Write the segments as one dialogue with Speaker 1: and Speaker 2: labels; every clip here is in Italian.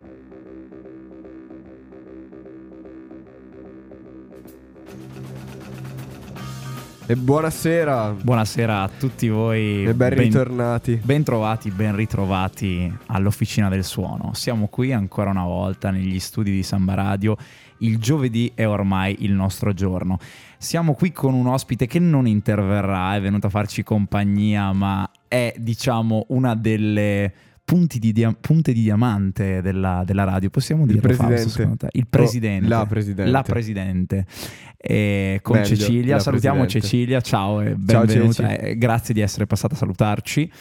Speaker 1: E buonasera.
Speaker 2: Buonasera a tutti voi.
Speaker 1: E ben ritornati.
Speaker 2: Ben trovati, ben ritrovati all'Officina del Suono. Siamo qui ancora una volta negli studi di Samba Radio. Il giovedì è ormai il nostro giorno. Siamo qui con un ospite che non interverrà, è venuto a farci compagnia, ma è, diciamo, una delle punte di diamante della radio. Possiamo dirlo,
Speaker 1: presidente.
Speaker 2: Fausto, secondo te? Il presidente.
Speaker 1: La presidente.
Speaker 2: La presidente. Con
Speaker 1: Meglio,
Speaker 2: Cecilia, salutiamo
Speaker 1: presidente.
Speaker 2: Cecilia, ciao e benvenuta.
Speaker 1: Ceci.
Speaker 2: Grazie di essere passata a salutarci.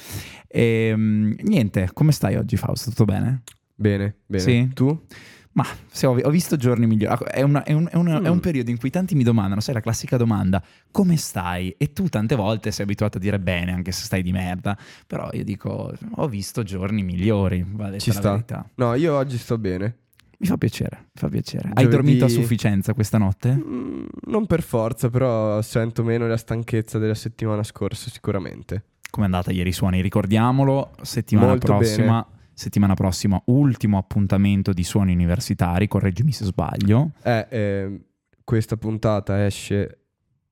Speaker 2: Niente, come stai oggi, Fausto? Tutto bene?
Speaker 1: Bene.
Speaker 2: Sì?
Speaker 1: Tu?
Speaker 2: Ma se ho visto giorni migliori. È un periodo in cui tanti mi domandano, sai, la classica domanda, come stai? E tu tante volte sei abituato a dire bene, anche se stai di merda. Però io dico, ho visto giorni migliori, va detta
Speaker 1: Ci
Speaker 2: la
Speaker 1: sta.
Speaker 2: verità.
Speaker 1: No, io oggi sto bene.
Speaker 2: Mi fa piacere. Hai
Speaker 1: Giovedì-
Speaker 2: dormito a sufficienza questa notte?
Speaker 1: Non per forza, però sento meno la stanchezza della settimana scorsa, sicuramente.
Speaker 2: Com'è andata ieri Suoni? Ricordiamolo,
Speaker 1: Molto
Speaker 2: settimana prossima, ultimo appuntamento di Suoni Universitari, correggimi se sbaglio.
Speaker 1: Questa puntata esce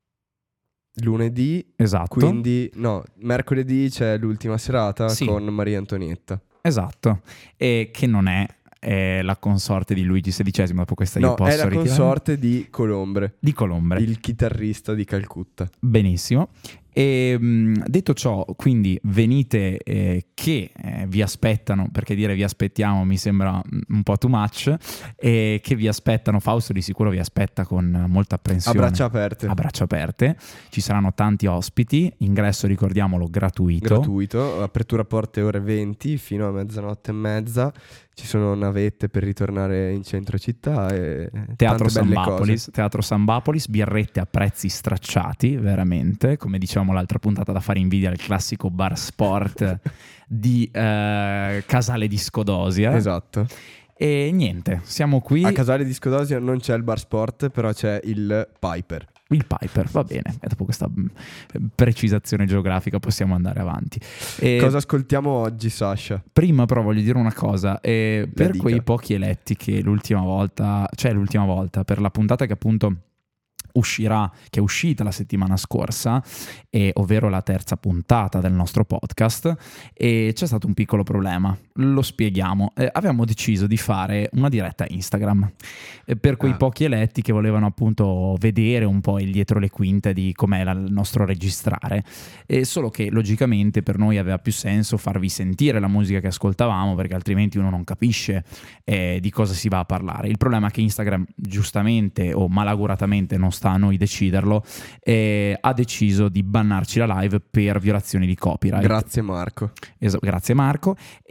Speaker 1: lunedì,
Speaker 2: Esatto.
Speaker 1: quindi no, mercoledì c'è l'ultima serata
Speaker 2: Sì.
Speaker 1: con Maria Antonietta.
Speaker 2: Esatto. E che non è la consorte di Luigi XVI, dopo questa io
Speaker 1: No,
Speaker 2: posso
Speaker 1: è la
Speaker 2: ritirare.
Speaker 1: consorte di Colombre,
Speaker 2: Di Colombre.
Speaker 1: il chitarrista di Calcutta.
Speaker 2: Benissimo. E detto ciò, quindi venite che vi aspettano, perché dire vi aspettiamo mi sembra un po' too much, e che vi aspettano, Fausto di sicuro vi aspetta con molta
Speaker 1: A
Speaker 2: apprensione.
Speaker 1: braccia aperte.
Speaker 2: A braccia aperte. Ci saranno tanti ospiti, ingresso ricordiamolo
Speaker 1: Gratuito, apertura porte ore 20 fino a mezzanotte e mezza. Ci sono navette per ritornare in centro città e
Speaker 2: Teatro
Speaker 1: tante belle cose.
Speaker 2: Teatro Sambapolis, birrette a prezzi stracciati, veramente, come dicevamo l'altra puntata, da fare invidia al classico bar sport di Casale di Scodosia.
Speaker 1: Esatto.
Speaker 2: E niente, siamo qui.
Speaker 1: A Casale di Scodosia non c'è il bar sport, però c'è il Piper.
Speaker 2: Il Piper, va bene, e dopo questa precisazione geografica possiamo andare avanti.
Speaker 1: Cosa ascoltiamo oggi, Sasha?
Speaker 2: Prima però voglio dire una cosa, per
Speaker 1: dica.
Speaker 2: quei pochi eletti che l'ultima volta, per la puntata che appunto uscirà, che è uscita la settimana scorsa, ovvero la terza puntata del nostro podcast, e c'è stato un piccolo problema, lo spieghiamo. Avevamo deciso di fare una diretta Instagram per quei pochi eletti che volevano appunto vedere un po' il dietro le quinte di com'è il nostro registrare, solo che logicamente per noi aveva più senso farvi sentire la musica che ascoltavamo, perché altrimenti uno non capisce di cosa si va a parlare. Il problema è che Instagram, giustamente o malaguratamente, non sta a noi deciderlo, ha deciso di bannarci la live per violazioni di copyright.
Speaker 1: Grazie Marco.
Speaker 2: Grazie Marco.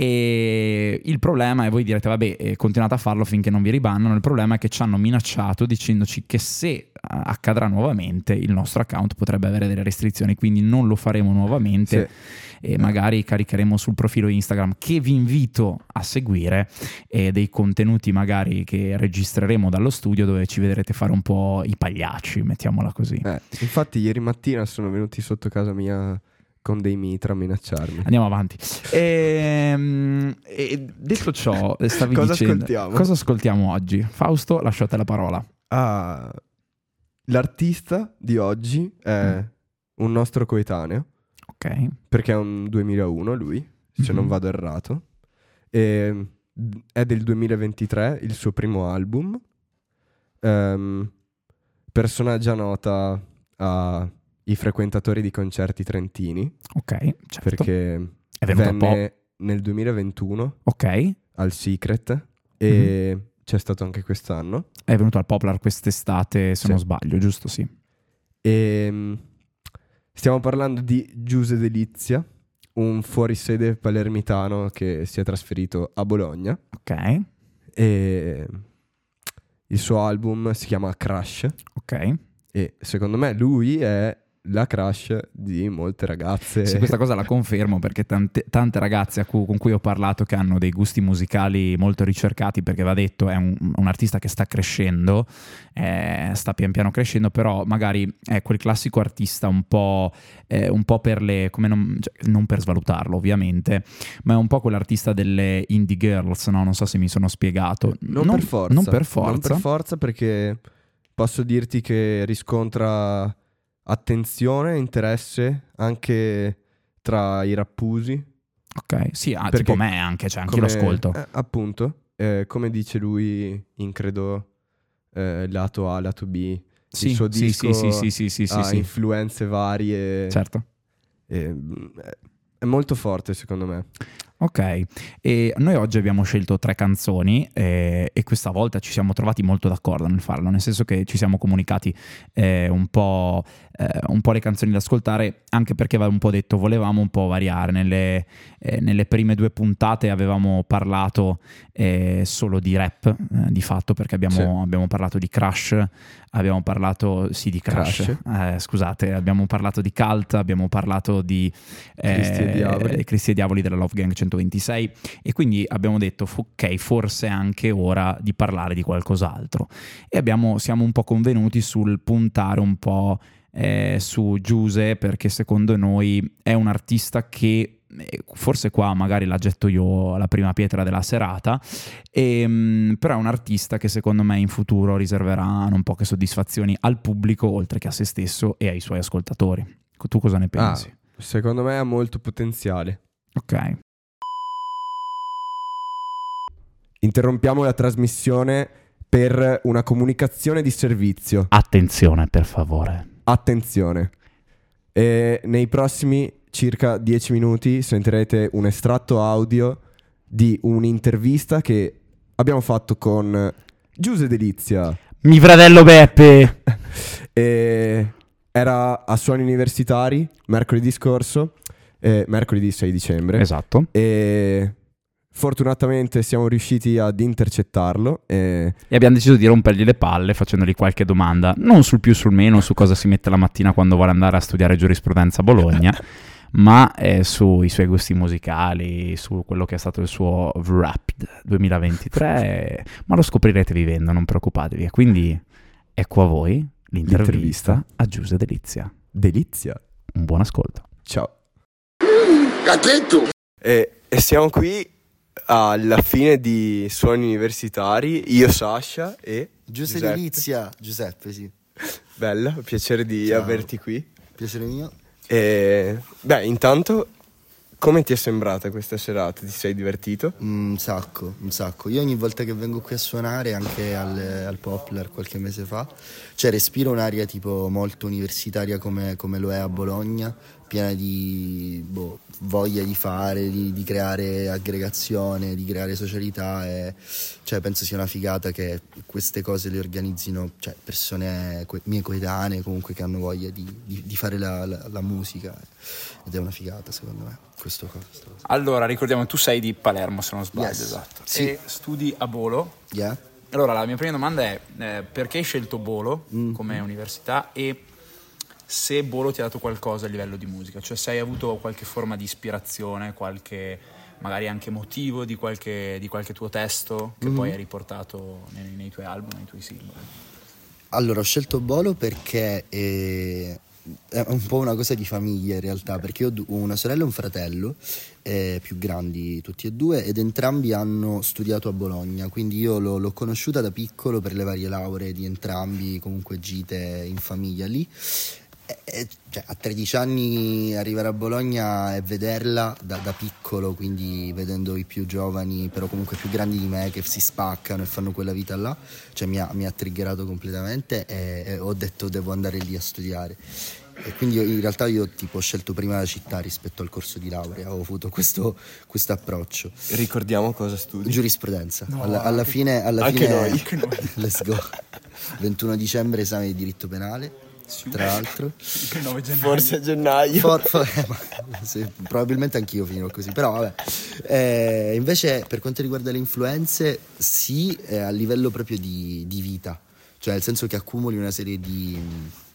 Speaker 2: E il problema è, voi direte vabbè, continuate a farlo finché non vi ribannano. Il problema è che ci hanno minacciato dicendoci che se accadrà nuovamente il nostro account potrebbe avere delle restrizioni, quindi non lo faremo nuovamente.
Speaker 1: Sì.
Speaker 2: E magari caricheremo sul profilo Instagram, che vi invito a seguire, dei contenuti magari che registreremo dallo studio, dove ci vedrete fare un po' i pagliacci, mettiamola così.
Speaker 1: Infatti ieri mattina sono venuti sotto casa mia con dei mitra a minacciarmi.
Speaker 2: Andiamo avanti. E detto ciò, stavi
Speaker 1: Cosa
Speaker 2: dicendo,
Speaker 1: ascoltiamo?
Speaker 2: cosa ascoltiamo oggi? Fausto, lascio a te la parola.
Speaker 1: L'artista di oggi è un nostro coetaneo,
Speaker 2: Ok.
Speaker 1: perché è un 2001 lui, se non vado errato, e è del 2023 il suo primo album. Personaggia nota ai frequentatori di concerti trentini,
Speaker 2: Ok, certo.
Speaker 1: perché
Speaker 2: È venuto
Speaker 1: venne nel 2021
Speaker 2: Ok.
Speaker 1: al Secret e c'è stato anche quest'anno.
Speaker 2: È venuto al Poplar quest'estate, se
Speaker 1: Sì.
Speaker 2: non sbaglio, giusto? Sì.
Speaker 1: E stiamo parlando di Giuse Delizia, un fuorisede palermitano che si è trasferito a Bologna,
Speaker 2: Ok.
Speaker 1: e il suo album si chiama Crash
Speaker 2: Ok.
Speaker 1: e secondo me lui è la crush di molte ragazze.
Speaker 2: Sì, questa cosa la confermo perché tante ragazze con cui ho parlato che hanno dei gusti musicali molto ricercati, perché va detto è un artista che sta crescendo, sta pian piano crescendo, però magari è quel classico artista un po' per le, come non per svalutarlo ovviamente, ma è un po' quell'artista delle indie girls, no? Non so se mi sono spiegato.
Speaker 1: Non per forza.
Speaker 2: Non per forza.
Speaker 1: Non per forza, perché posso dirti che riscontra attenzione, interesse anche tra i rappusi.
Speaker 2: Ok, sì,
Speaker 1: Perché
Speaker 2: tipo me anche, cioè anche io lo ascolto.
Speaker 1: Appunto, come dice lui in credo lato A, lato B,
Speaker 2: Sì,
Speaker 1: il suo disco
Speaker 2: sì,
Speaker 1: ha influenze varie.
Speaker 2: Certo.
Speaker 1: È molto forte secondo me.
Speaker 2: Ok, e noi oggi abbiamo scelto 3 canzoni e questa volta ci siamo trovati molto d'accordo nel farlo, nel senso che ci siamo comunicati un po' le canzoni da ascoltare, anche perché avevamo un po' detto volevamo un po' variare. Nelle prime 2 puntate avevamo parlato solo di rap, di fatto, perché abbiamo parlato di Crush, abbiamo parlato di Crush. Scusate, abbiamo parlato di Cult, abbiamo parlato di Cristi e Diavoli della Love Gang 126, e quindi abbiamo detto ok, forse è anche ora di parlare di qualcos'altro, e siamo un po' convenuti sul puntare un po' su Giuse, perché secondo noi è un artista che forse qua magari la getto io la prima pietra della serata, però è un artista che secondo me in futuro riserverà non poche soddisfazioni al pubblico, oltre che a se stesso e ai suoi ascoltatori. Tu cosa ne pensi?
Speaker 1: Secondo me ha molto potenziale.
Speaker 2: Ok.
Speaker 1: Interrompiamo la trasmissione per una comunicazione di servizio.
Speaker 2: Attenzione, per favore.
Speaker 1: Attenzione. Nei prossimi circa 10 minuti sentirete un estratto audio di un'intervista che abbiamo fatto con Giuse Delizia.
Speaker 2: Mi fratello Beppe!
Speaker 1: Era a Suoni Universitari mercoledì scorso, mercoledì 6 dicembre.
Speaker 2: Esatto.
Speaker 1: E fortunatamente siamo riusciti ad intercettarlo
Speaker 2: e abbiamo deciso di rompergli le palle facendogli qualche domanda, non sul più sul meno, su cosa si mette la mattina quando vuole andare a studiare giurisprudenza a Bologna, ma sui suoi gusti musicali, su quello che è stato il suo Wrapped 2023, ma lo scoprirete vivendo, non preoccupatevi. E quindi ecco a voi l'intervista a Giuse Delizia.
Speaker 1: Delizia.
Speaker 2: Un buon ascolto.
Speaker 1: Ciao. E siamo qui alla fine di Suoni Universitari, io Sasha e
Speaker 3: Giuse Delizia. Giuseppe, sì.
Speaker 1: Bella, piacere di averti qui.
Speaker 3: Piacere mio.
Speaker 1: Intanto, come ti è sembrata questa serata? Ti sei divertito?
Speaker 3: Un sacco. Io ogni volta che vengo qui a suonare, anche al Poplar qualche mese fa, cioè respiro un'aria tipo molto universitaria come lo è a Bologna, piena di voglia di fare, di creare aggregazione, di creare socialità, e cioè penso sia una figata che queste cose le organizzino, cioè persone mie coetanee comunque che hanno voglia di fare la musica, ed è una figata secondo me questo cosa.
Speaker 2: Allora ricordiamo, tu sei di Palermo se non sbaglio.
Speaker 3: Yes.
Speaker 2: Esatto.
Speaker 3: Sì.
Speaker 2: E studi a Bolo.
Speaker 3: Yeah.
Speaker 2: Allora la mia prima domanda è perché hai scelto Bolo come università, e se Bolo ti ha dato qualcosa a livello di musica, cioè se hai avuto qualche forma di ispirazione, qualche magari anche motivo di qualche tuo testo che poi hai riportato nei tuoi album, nei tuoi singoli.
Speaker 3: Allora ho scelto Bolo perché è un po' una cosa di famiglia in realtà, perché io ho una sorella e un fratello più grandi tutti e due, ed entrambi hanno studiato a Bologna, quindi io l'ho conosciuta da piccolo per le varie lauree di entrambi, comunque gite in famiglia lì. Cioè, a 13 anni arrivare a Bologna e vederla da piccolo, quindi vedendo i più giovani però comunque più grandi di me che si spaccano e fanno quella vita là, cioè mi ha triggerato completamente, e ho detto devo andare lì a studiare. E quindi in realtà io tipo ho scelto prima la città rispetto al corso di laurea, ho avuto questo approccio.
Speaker 1: Ricordiamo cosa studi?
Speaker 3: Giurisprudenza.
Speaker 2: No,
Speaker 3: alla fine
Speaker 1: anche noi.
Speaker 3: Let's go. 21 dicembre esame di diritto penale, tra l'altro.
Speaker 2: Il 9 gennaio.
Speaker 1: Forse a gennaio.
Speaker 3: Sì, probabilmente anch'io finirò così, però vabbè. Invece per quanto riguarda le influenze, sì, a livello proprio di vita, cioè nel senso che accumuli una serie di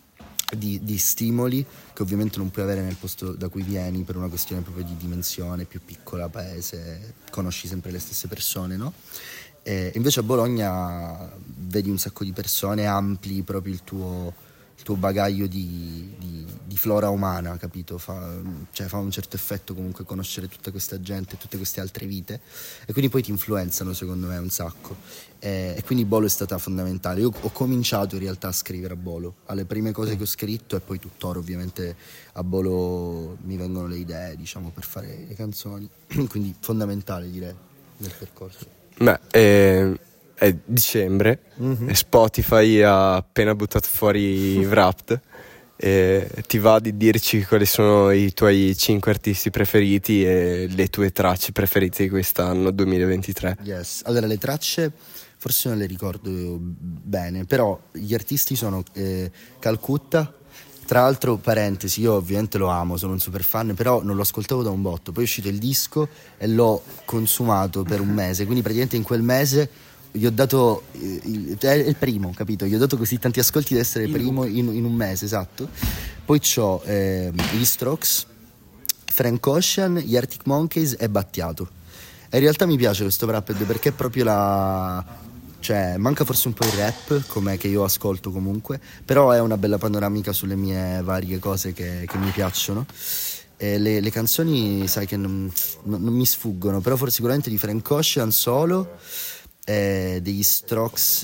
Speaker 3: di stimoli che ovviamente non puoi avere nel posto da cui vieni, per una questione proprio di dimensione, più piccola, paese, conosci sempre le stesse persone, no? E invece a Bologna vedi un sacco di persone, ampli proprio il tuo bagaglio di flora umana, capito? Fa un certo effetto comunque conoscere tutta questa gente, tutte queste altre vite, e quindi poi ti influenzano secondo me un sacco, e quindi Bolo è stata fondamentale. Io ho cominciato in realtà a scrivere a Bolo, alle prime cose che ho scritto, e poi tuttora ovviamente a Bolo mi vengono le idee, diciamo, per fare le canzoni, quindi fondamentale direi nel percorso.
Speaker 4: Beh, è dicembre e Spotify ha appena buttato fuori Wrapped, e ti va di dirci quali sono i tuoi 5 artisti preferiti e le tue tracce preferite di quest'anno 2023?
Speaker 3: Yes, allora le tracce forse non le ricordo bene, però gli artisti sono Calcutta. Tra l'altro, parentesi, io ovviamente lo amo, sono un super fan, però non lo ascoltavo da un botto. Poi è uscito il disco e l'ho consumato per un mese, quindi praticamente in quel mese gli ho dato è il primo, capito? Gli ho dato così tanti ascolti da essere il primo in un mese, esatto. Poi c'ho gli Strokes, Frank Ocean, gli Arctic Monkeys e Battiato. E in realtà mi piace questo Wrapped perché è proprio cioè manca forse un po' il rap, com'è, che io ascolto comunque, però è una bella panoramica sulle mie varie cose che mi piacciono. E le canzoni sai che non mi sfuggono, però forse sicuramente di Frank Ocean solo, degli Strokes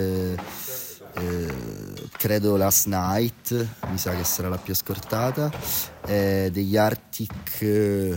Speaker 3: credo Last Night, mi sa che sarà la più ascoltata, degli Arctic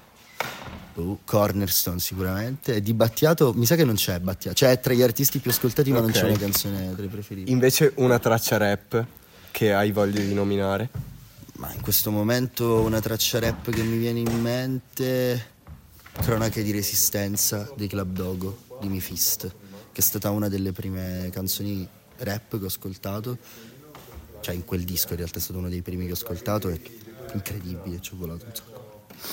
Speaker 3: Cornerstone sicuramente, e di Battiato mi sa che non c'è Battiato, cioè è tra gli artisti più ascoltati, ma non c'è una canzone tra i preferiti.
Speaker 4: Invece una traccia rap che hai voglia di nominare?
Speaker 3: Ma in questo momento una traccia rap che mi viene in mente, Cronache di Resistenza dei Club Dogo di Mifist, che è stata una delle prime canzoni rap che ho ascoltato, cioè in quel disco in realtà è stato uno dei primi che ho ascoltato, è incredibile, ci ho volato un sacco.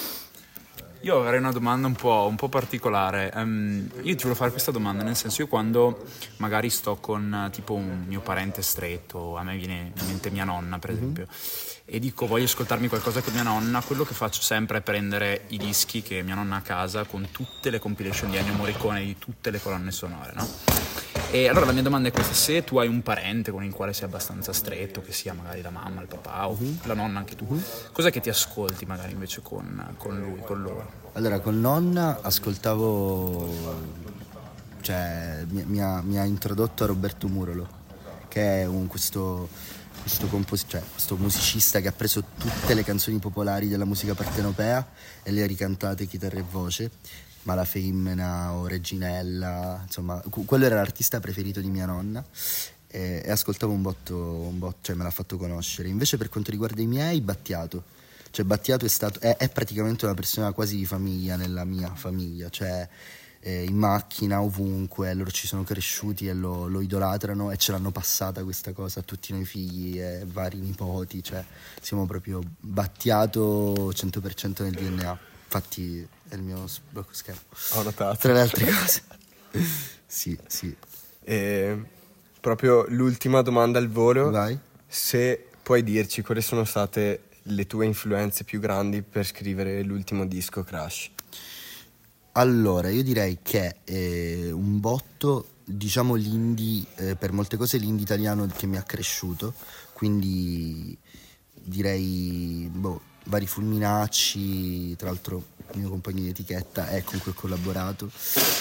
Speaker 2: Io avrei una domanda un po' particolare. Io ti volevo fare questa domanda, nel senso, io quando magari sto con tipo un mio parente stretto, a me viene in mente mia nonna per esempio, e dico voglio ascoltarmi qualcosa con mia nonna, quello che faccio sempre è prendere i dischi che mia nonna ha a casa con tutte le compilation di Ennio Morricone, di tutte le colonne sonore, no? E allora la mia domanda è questa: se tu hai un parente con il quale sei abbastanza stretto, che sia magari la mamma, il papà o la nonna, anche tu, cos'è che ti ascolti magari invece con lui, con loro?
Speaker 3: Allora, con nonna ascoltavo, cioè mi ha introdotto a Roberto Murolo, che è questo musicista che ha preso tutte le canzoni popolari della musica partenopea e le ha ricantate chitarra e voce, Mala Femmina o Reginella, insomma, quello era l'artista preferito di mia nonna, e ascoltavo un botto, cioè me l'ha fatto conoscere. Invece per quanto riguarda i miei, Battiato, cioè Battiato è praticamente una persona quasi di famiglia nella mia famiglia, cioè in macchina, ovunque, loro ci sono cresciuti e lo idolatrano, e ce l'hanno passata questa cosa a tutti noi figli e vari nipoti, cioè siamo proprio Battiato 100% nel DNA. Infatti è il mio blocco schermo,
Speaker 4: Ho notato.
Speaker 3: tra le altre cose. Sì.
Speaker 4: E proprio l'ultima domanda al volo.
Speaker 3: Vai.
Speaker 4: Se puoi dirci quali sono state le tue influenze più grandi per scrivere l'ultimo disco, Crash?
Speaker 3: Allora, io direi che un botto, diciamo l'indie, per molte cose l'indie italiano che mi ha cresciuto, quindi direi vari Fulminacci, tra l'altro il mio compagno di etichetta con cui ho collaborato,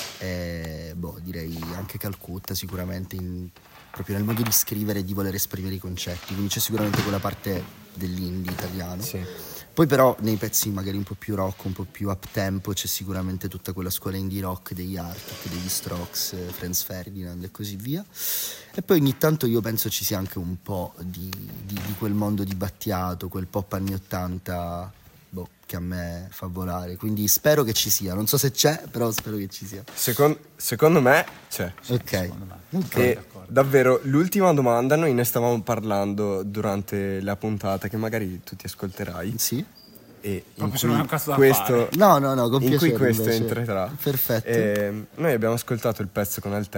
Speaker 3: direi anche Calcutta sicuramente, proprio nel modo di scrivere e di voler esprimere i concetti, quindi c'è sicuramente quella parte dell'indie italiano.
Speaker 4: Sì.
Speaker 3: Poi però nei pezzi magari un po' più rock, un po' più up tempo, c'è sicuramente tutta quella scuola indie rock degli Arctic, degli Strokes, Franz Ferdinand e così via. E poi ogni tanto io penso ci sia anche un po' di quel mondo di Battiato, quel pop anni 80, che a me fa volare. Quindi spero che ci sia, non so se c'è, però spero che ci sia.
Speaker 4: Secondo me c'è.
Speaker 3: Ok.
Speaker 4: E davvero l'ultima domanda, noi ne stavamo parlando durante la puntata, che magari tu ti ascolterai.
Speaker 3: Sì.
Speaker 4: E
Speaker 2: Proprio se non è un cazzo da
Speaker 4: questo,
Speaker 3: No, con
Speaker 4: in
Speaker 3: piacere,
Speaker 4: cui questo
Speaker 3: invece.
Speaker 4: entrerà.
Speaker 3: Perfetto.
Speaker 4: Noi abbiamo ascoltato il pezzo con Altea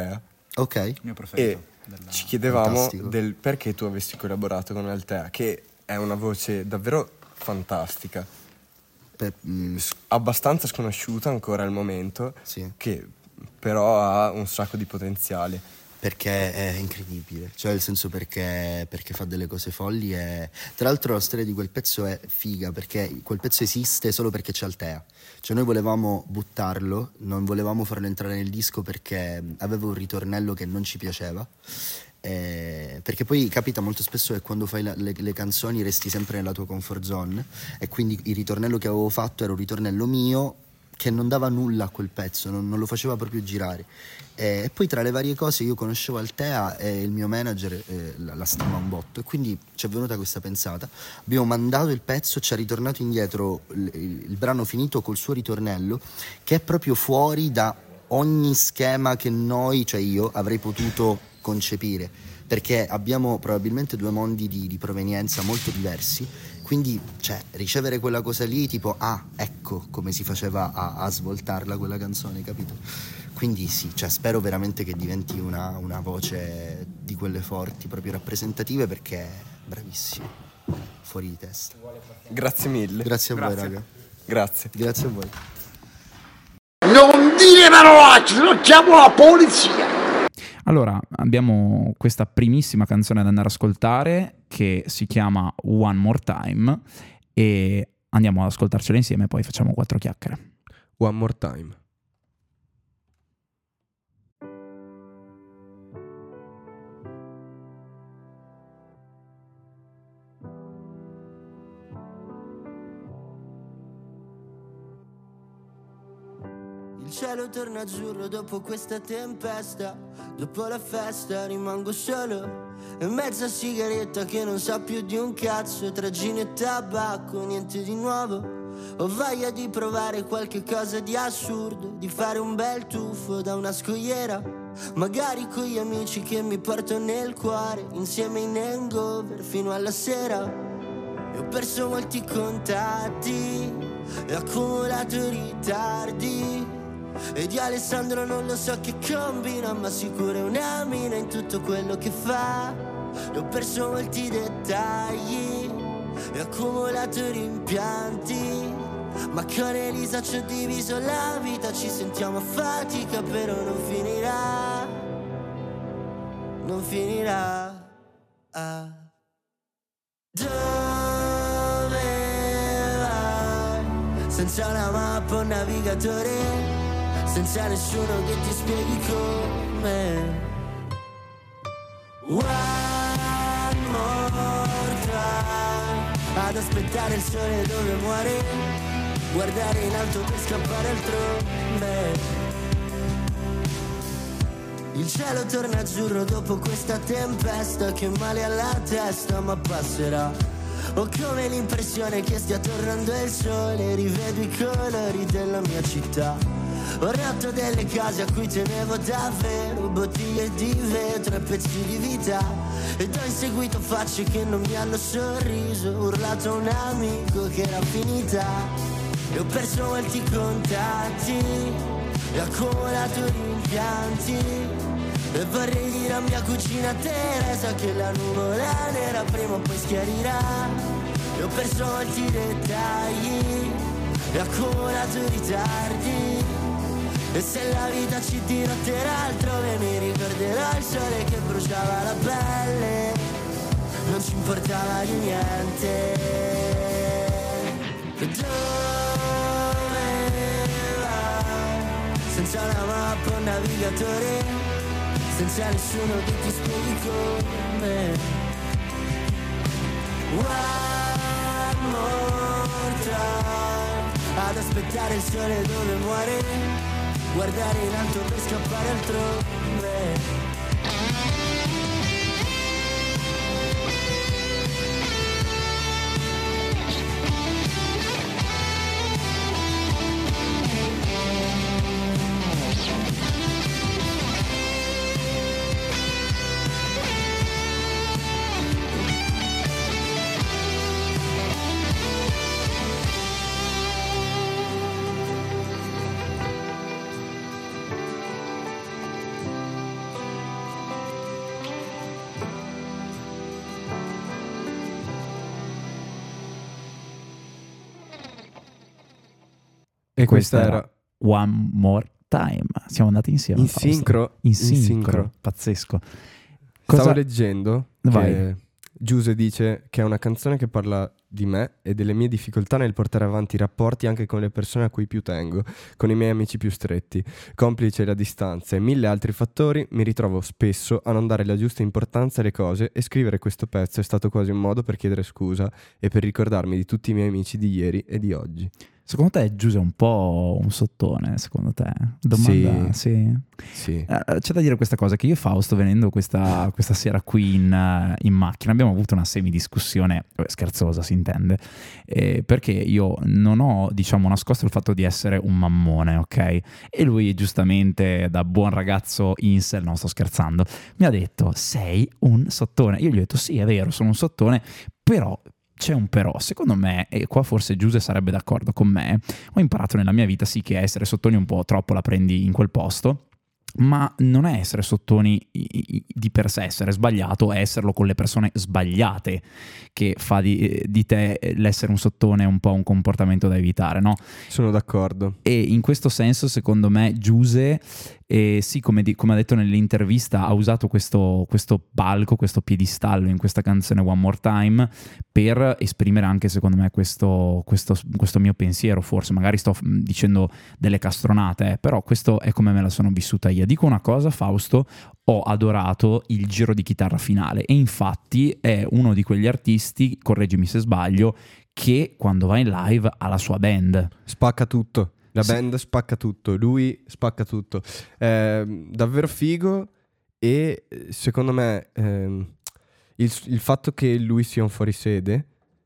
Speaker 3: Ok.
Speaker 2: mio preferito.
Speaker 4: E ci chiedevamo
Speaker 3: Fantastico.
Speaker 4: del perché tu avessi collaborato con Altea, che è una voce davvero fantastica, abbastanza sconosciuta ancora al momento,
Speaker 3: Sì.
Speaker 4: che però ha un sacco di potenziale.
Speaker 3: Perché è incredibile, cioè nel senso perché fa delle cose folli e tra l'altro la storia di quel pezzo è figa perché quel pezzo esiste solo perché c'è Altea, cioè noi volevamo buttarlo, non volevamo farlo entrare nel disco perché aveva un ritornello che non ci piaceva, perché poi capita molto spesso che quando fai le canzoni resti sempre nella tua comfort zone e quindi il ritornello che avevo fatto era un ritornello mio che non dava nulla a quel pezzo, non lo faceva proprio girare. E poi tra le varie cose io conoscevo Altea e il mio manager la stima un botto e quindi ci è venuta questa pensata. Abbiamo mandato il pezzo, ci ha ritornato indietro il brano finito col suo ritornello che è proprio fuori da ogni schema che noi, cioè io, avrei potuto concepire, perché abbiamo probabilmente due mondi di provenienza molto diversi. Quindi, cioè, ricevere quella cosa lì, tipo, ecco come si faceva a svoltarla quella canzone, capito? Quindi sì, cioè, spero veramente che diventi una voce di quelle forti, proprio rappresentative, perché è bravissimo, fuori di testa.
Speaker 4: Grazie mille.
Speaker 3: Grazie a voi, raga.
Speaker 4: Grazie.
Speaker 3: Grazie a voi.
Speaker 5: Non dire parolacce, non chiamo la polizia.
Speaker 2: Allora, abbiamo questa primissima canzone da andare ad ascoltare che si chiama One More Time e andiamo ad ascoltarcela insieme e poi facciamo 4 chiacchiere.
Speaker 1: One More Time.
Speaker 6: Il cielo torna azzurro dopo questa tempesta. Dopo la festa rimango solo e mezza sigaretta che non sa più di un cazzo. Tra gin e tabacco, niente di nuovo. Ho voglia di provare qualche cosa di assurdo, di fare un bel tuffo da una scogliera, magari con gli amici che mi porto nel cuore, insieme in hangover fino alla sera. E ho perso molti contatti e accumulato ritardi. E di Alessandro non lo so che combina, ma sicuro è una mina in tutto quello che fa. E ho perso molti dettagli e accumulato rimpianti, ma con Elisa ci ho diviso la vita. Ci sentiamo a fatica però non finirà. Non finirà. Dove vai? Senza una mappa o un navigatore, senza nessuno che ti spieghi come. One more time, ad aspettare il sole dove muore, guardare in alto per scappare altrove. Il cielo torna azzurro dopo questa tempesta, che male alla testa ma passerà. Ho come l'impressione che stia tornando il sole, rivedo i colori della mia città. Ho rotto delle case a cui tenevo davvero, bottiglie di vetro e pezzi di vita, ed ho inseguito facce che non mi hanno sorriso, urlato a un amico che era finita. E ho perso molti contatti e accumulato rimpianti, e vorrei dire a mia cugina Teresa che la nuvola nera prima o poi schiarirà. E ho perso molti dettagli e accumulato ritardi, e se la vita ci dirotterà altrove mi ricorderò il sole che bruciava la pelle, non ci importava di niente. Dove vai? Senza una mappa o un navigatore, senza nessuno che ti spieghi come. One more time, ad aspettare il sole dove muore, guardare in alto per scappare altrove.
Speaker 1: E questa era
Speaker 2: One More Time. Siamo andati insieme.
Speaker 1: in
Speaker 2: Fausto.
Speaker 1: sincro.
Speaker 2: Pazzesco.
Speaker 1: Stavo leggendo
Speaker 2: Vai.
Speaker 1: che Giuse dice che è una canzone che parla di me e delle mie difficoltà nel portare avanti i rapporti anche con le persone a cui più tengo, con i miei amici più stretti. Complice la distanza e 1000 altri fattori, mi ritrovo spesso a non dare la giusta importanza alle cose, e scrivere questo pezzo è stato quasi un modo per chiedere scusa e per ricordarmi di tutti i miei amici di ieri e di oggi.
Speaker 2: Secondo te Giuse è un po' un sottone, secondo te? Domanda, sì.
Speaker 1: Sì.
Speaker 2: C'è da dire questa cosa, che io e Fausto, venendo questa sera qui in macchina, abbiamo avuto una semidiscussione, scherzosa si intende, perché io non ho, diciamo, nascosto il fatto di essere un mammone, ok? E lui giustamente, da buon ragazzo incel, no, sto scherzando, mi ha detto sei un sottone. Io gli ho detto sì, è vero, sono un sottone, però c'è un però, secondo me, e qua forse Giuse sarebbe d'accordo con me, ho imparato nella mia vita sì che essere sottoni un po' troppo la prendi in quel posto, ma non è essere sottoni di per sé essere sbagliato, è esserlo con le persone sbagliate che fa di te l'essere un sottone un po' un comportamento da evitare, no?
Speaker 1: Sono d'accordo.
Speaker 2: E in questo senso, secondo me, Giuse, sì, come ha detto nell'intervista, ha usato questo palco, questo piedistallo in questa canzone One More Time per esprimere anche, secondo me, questo mio pensiero. Forse magari sto dicendo delle castronate, però questo è come me la sono vissuta io. Dico una cosa, Fausto, ho adorato il giro di chitarra finale e infatti è uno di quegli artisti, correggimi se sbaglio, che quando va in live ha la sua band.
Speaker 1: Spacca tutto. La band spacca tutto, lui spacca tutto. Davvero figo, e secondo me il fatto che lui sia un fuorisede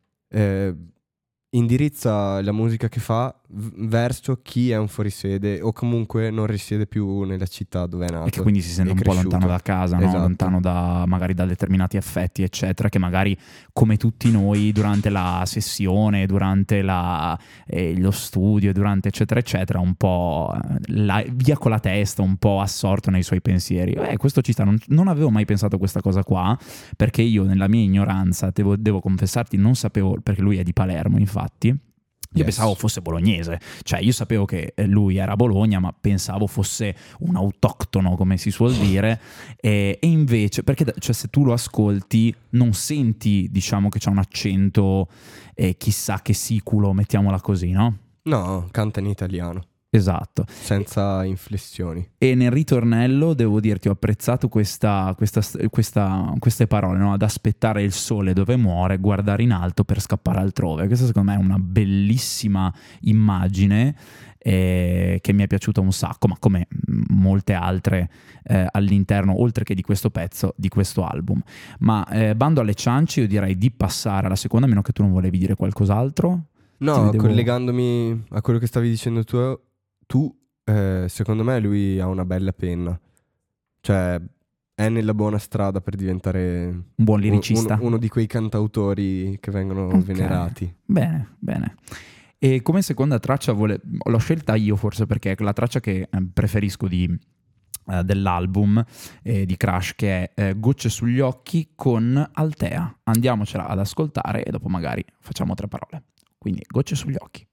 Speaker 1: indirizza la musica che fa verso chi è un fuorisede o comunque non risiede più nella città dove è nato.
Speaker 2: E che quindi si sente un po' lontano da casa, no?
Speaker 1: Esatto.
Speaker 2: Lontano magari da determinati affetti, eccetera, che magari, come tutti noi, durante la sessione, durante lo studio, durante eccetera eccetera, un po' via con la testa, un po' assorto nei suoi pensieri. Questo ci sta. Non avevo mai pensato a questa cosa qua, perché io nella mia ignoranza, devo confessarti, non sapevo, perché lui è di Palermo, infatti. Io pensavo fosse bolognese, cioè io sapevo che lui era a Bologna, ma pensavo fosse un autoctono, come si suol dire, e invece, perché cioè, se tu lo ascolti non senti, diciamo, che c'ha un accento chissà che siculo, mettiamola così, no?
Speaker 1: No, canta in italiano.
Speaker 2: Esatto.
Speaker 1: Senza inflessioni.
Speaker 2: E nel ritornello, devo dirti, ho apprezzato queste parole, no? Ad aspettare il sole dove muore, guardare in alto per scappare altrove. Questa secondo me è una bellissima immagine che mi è piaciuta un sacco, ma come molte altre all'interno, oltre che di questo pezzo, di questo album. Ma bando alle ciance, io direi di passare alla seconda, a meno che tu non volevi dire qualcos'altro.
Speaker 1: No, collegandomi a quello che stavi dicendo tu, secondo me lui ha una bella penna, cioè è nella buona strada per diventare
Speaker 2: un buon liricista,
Speaker 1: uno di quei cantautori che vengono venerati.
Speaker 2: Bene. E come seconda traccia l'ho scelta io, forse perché è la traccia che preferisco dell'album di Crash, che è Gocce sugli occhi con Altea. Andiamocela ad ascoltare e dopo magari facciamo 3 parole. Quindi Gocce sugli occhi.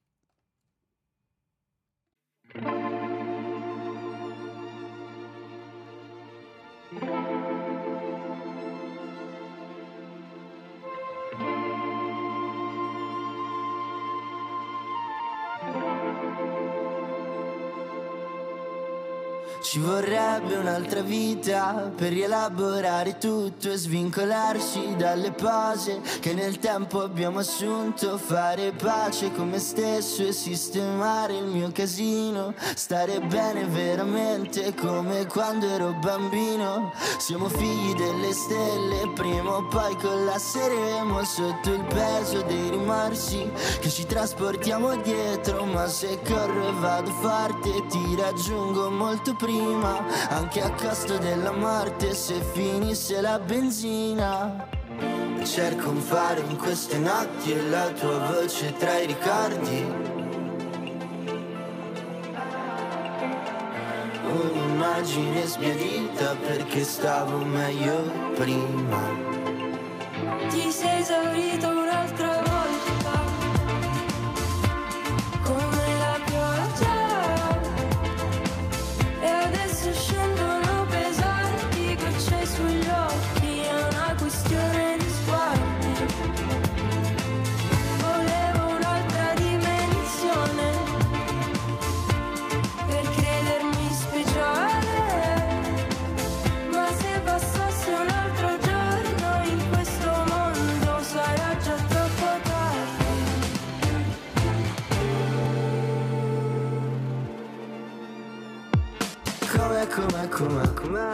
Speaker 6: Ci vorrebbe un'altra vita per rielaborare tutto e svincolarsi dalle pose che nel tempo abbiamo assunto. Fare pace con me stesso e sistemare il mio casino. Stare bene veramente come quando ero bambino. Siamo figli delle stelle, prima o poi collasseremo sotto il peso dei rimorsi che ci trasportiamo dietro. Ma se corro e vado forte ti raggiungo molto prima, anche a costo della morte se finisse la benzina. Cerco un faro in queste notti e la tua voce tra i ricordi. Un'immagine sbiadita perché stavo meglio prima.
Speaker 7: Ti sei esaurito un'altra volta, come la pioggia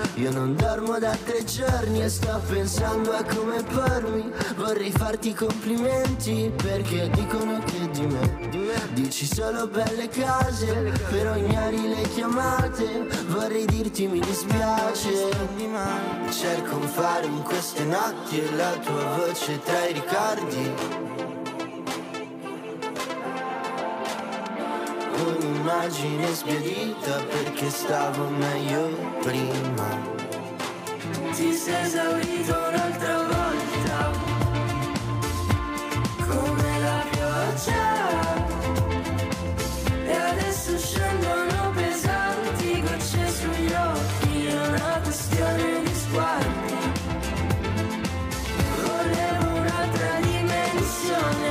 Speaker 6: Io non dormo da 3 giorni e sto pensando a come pormi. Vorrei farti complimenti perché dicono che di me dici solo belle cose, però ignori le chiamate. Vorrei dirti mi dispiace, cerco un faro in queste notti e la tua voce tra i ricordi. Un'immagine sbiadita perché stavo meglio prima. Ti sei esaurito un'altra volta, come la pioggia, e adesso scendono pesanti gocce sugli occhi. È una questione di sguardi. Volevo un'altra dimensione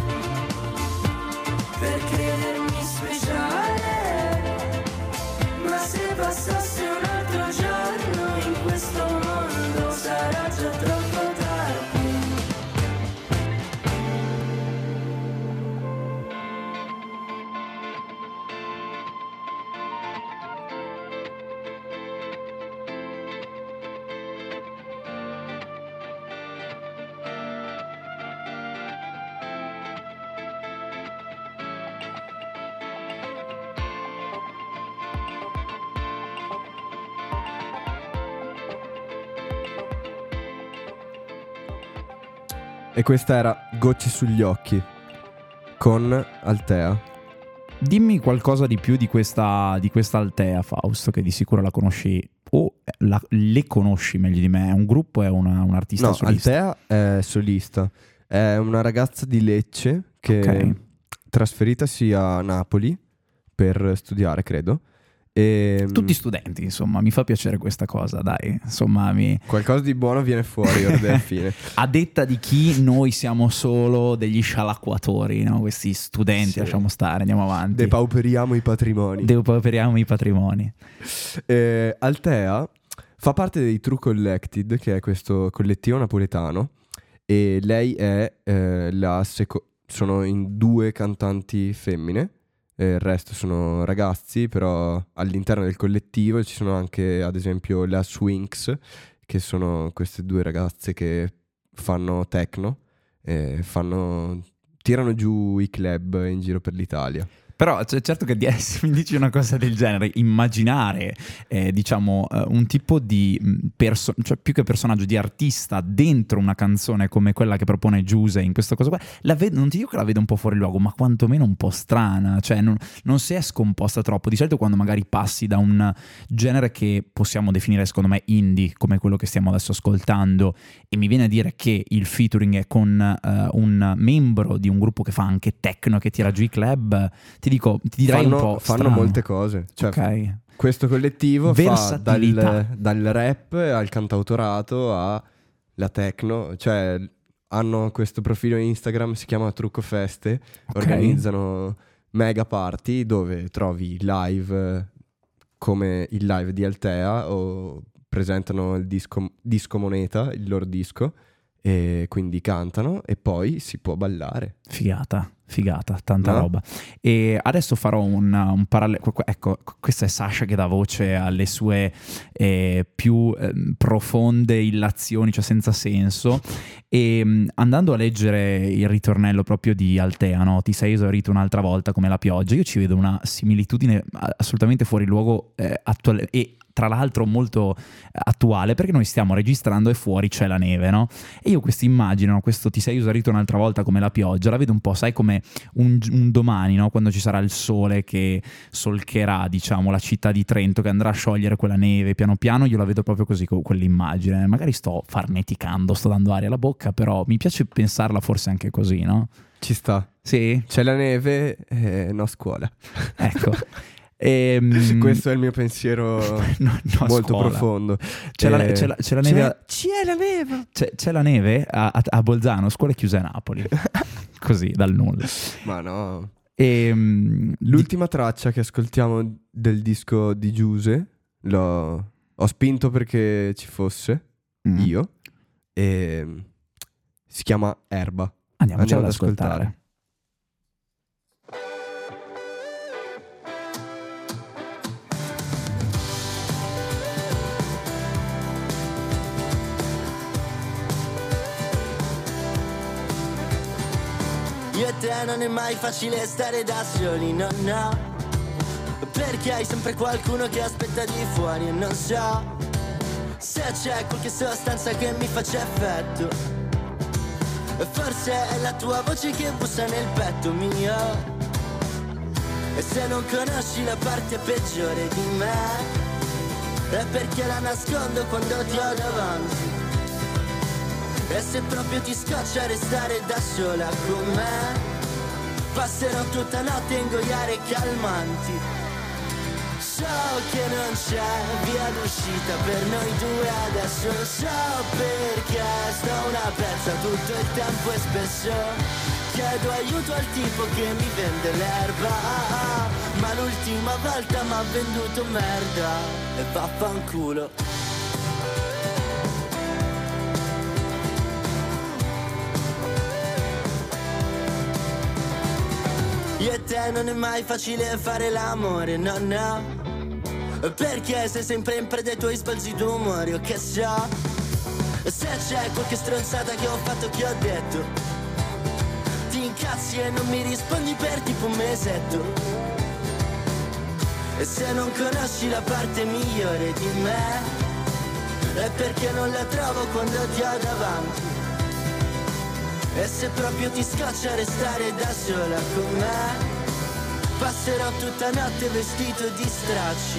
Speaker 6: per credermi speciale, ma se passasse un altro giorno in questo mondo sarà già troppo tardi.
Speaker 1: E questa era Gocce sugli occhi con Altea.
Speaker 2: Dimmi qualcosa di più di questa Altea, Fausto, che di sicuro la conosci o le conosci meglio di me. È un gruppo, è un artista
Speaker 1: No,
Speaker 2: solista?
Speaker 1: Altea è solista. È una ragazza di Lecce che è trasferitasi a Napoli per studiare, credo. E
Speaker 2: Tutti studenti, insomma, mi fa piacere questa cosa, dai. Insomma,
Speaker 1: qualcosa di buono viene fuori ora della fine.
Speaker 2: A detta di chi, noi siamo solo degli scialacquatori, no? Questi studenti,
Speaker 1: Sì.
Speaker 2: lasciamo stare, andiamo avanti.
Speaker 1: Depauperiamo i patrimoni.
Speaker 2: Depauperiamo i patrimoni.
Speaker 1: Altea fa parte dei True Collected, che è questo collettivo napoletano, e lei è sono in 2 cantanti femmine. Il resto sono ragazzi, però all'interno del collettivo ci sono anche, ad esempio, la Swinks, che sono queste 2 ragazze che fanno techno e tirano giù i club in giro per l'Italia.
Speaker 2: Però certo che se mi dici una cosa del genere, immaginare un tipo di cioè più che personaggio, di artista dentro una canzone come quella che propone Giuse in questa cosa qua, non ti dico che la vedo un po' fuori luogo, ma quantomeno un po' strana, cioè non si è scomposta troppo. Di solito quando magari passi da un genere che possiamo definire secondo me indie, come quello che stiamo adesso ascoltando, e mi viene a dire che il featuring è con un membro di un gruppo che fa anche techno, che tira giù i club, ti direi un po'
Speaker 1: fanno
Speaker 2: strano.
Speaker 1: molte cose, cioè,
Speaker 2: Ok.
Speaker 1: questo collettivo fa
Speaker 2: Versatilità.
Speaker 1: dal rap al cantautorato alla techno, cioè hanno questo profilo Instagram, si chiama Trucco Feste,
Speaker 2: Ok.
Speaker 1: organizzano mega party dove trovi live come il live di Altea, o presentano il disco Moneta, il loro disco, e quindi cantano e poi si può ballare.
Speaker 2: Figata, tanta
Speaker 1: No?
Speaker 2: roba. E adesso farò un parallelo. Ecco, questa è Sasha che dà voce alle sue più profonde illazioni, cioè senza senso. E andando a leggere il ritornello proprio di Altea, no? Ti sei esaurito un'altra volta come la pioggia, io ci vedo una similitudine assolutamente fuori luogo, attuale, e tra l'altro molto attuale, perché noi stiamo registrando e fuori c'è la neve, no? E io questa immagine, no? Questo ti sei esaurito un'altra volta come la pioggia, la vedo un po', sai, come un domani, no? Quando ci sarà il sole che solcherà, diciamo, la città di Trento, che andrà a sciogliere quella neve piano piano. Io la vedo proprio così, con quell'immagine. Magari sto farneticando, sto dando aria alla bocca, però mi piace pensarla forse anche così, no?
Speaker 1: Ci sta.
Speaker 2: Sì?
Speaker 1: C'è la neve e no scuola.
Speaker 2: Ecco.
Speaker 1: Questo è il mio pensiero
Speaker 2: no,
Speaker 1: molto
Speaker 2: scuola.
Speaker 1: profondo.
Speaker 2: C'è la neve.
Speaker 1: C'è la neve.
Speaker 2: C'è la neve a Bolzano, scuola chiusa a Napoli. Così, dal nulla.
Speaker 1: Ma no.
Speaker 2: E
Speaker 1: L'ultima traccia che ascoltiamo del disco di Giuse ho spinto perché ci fosse io, e si chiama Erba.
Speaker 2: Andiamoci ad
Speaker 1: ad
Speaker 2: ascoltare.
Speaker 6: Io e te non è mai facile stare da soli, no no, perché hai sempre qualcuno che aspetta di fuori e non so se c'è qualche sostanza che mi faccia effetto. Forse è la tua voce che bussa nel petto mio. E se non conosci la parte peggiore di me, è perché la nascondo quando ti ho davanti. E se proprio ti scoccia restare da sola con me, passerò tutta notte a ingoiare calmanti. So che non c'è via d'uscita per noi due adesso. So perché sto una pezza tutto il tempo e spesso chiedo aiuto al tipo che mi vende l'erba, ma l'ultima volta m'ha venduto merda e vaffanculo. Io e te non è mai facile fare l'amore, no no, perché sei sempre in preda ai tuoi sbalzi d'umore. O che so, se c'è qualche stronzata che ho fatto, che ho detto, ti incazzi e non mi rispondi per tipo un mesetto. E se non conosci la parte migliore di me, è perché non la trovo quando ti ho davanti. E se proprio ti scoccia restare da sola con me, passerò tutta notte vestito di stracci.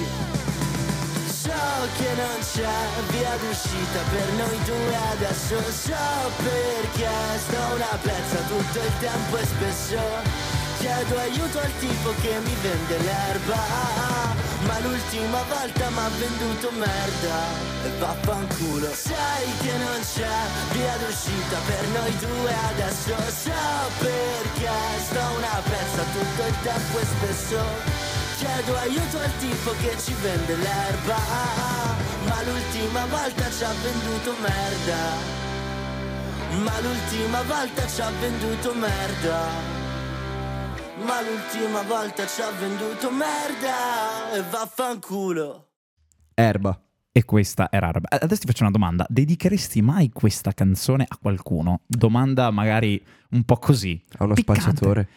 Speaker 6: So che non c'è via d'uscita per noi due adesso. So perché sto una pezza tutto il tempo e spesso chiedo aiuto al tipo che mi vende l'erba, ma l'ultima volta m'ha venduto merda e vaffanculo. Sai che non c'è via d'uscita per noi due adesso. So perché sto una pezza tutto il tempo e spesso chiedo aiuto al tipo che ci vende l'erba, ma l'ultima volta ci ha venduto merda. Ma l'ultima volta ci ha venduto merda. Ma l'ultima volta ci ha venduto merda e vaffanculo.
Speaker 1: Erba.
Speaker 2: E questa era Erba. Adesso ti faccio una domanda. Dedicheresti mai questa canzone a qualcuno? Domanda magari un po' così.
Speaker 1: A uno
Speaker 2: piccante.
Speaker 1: spacciatore.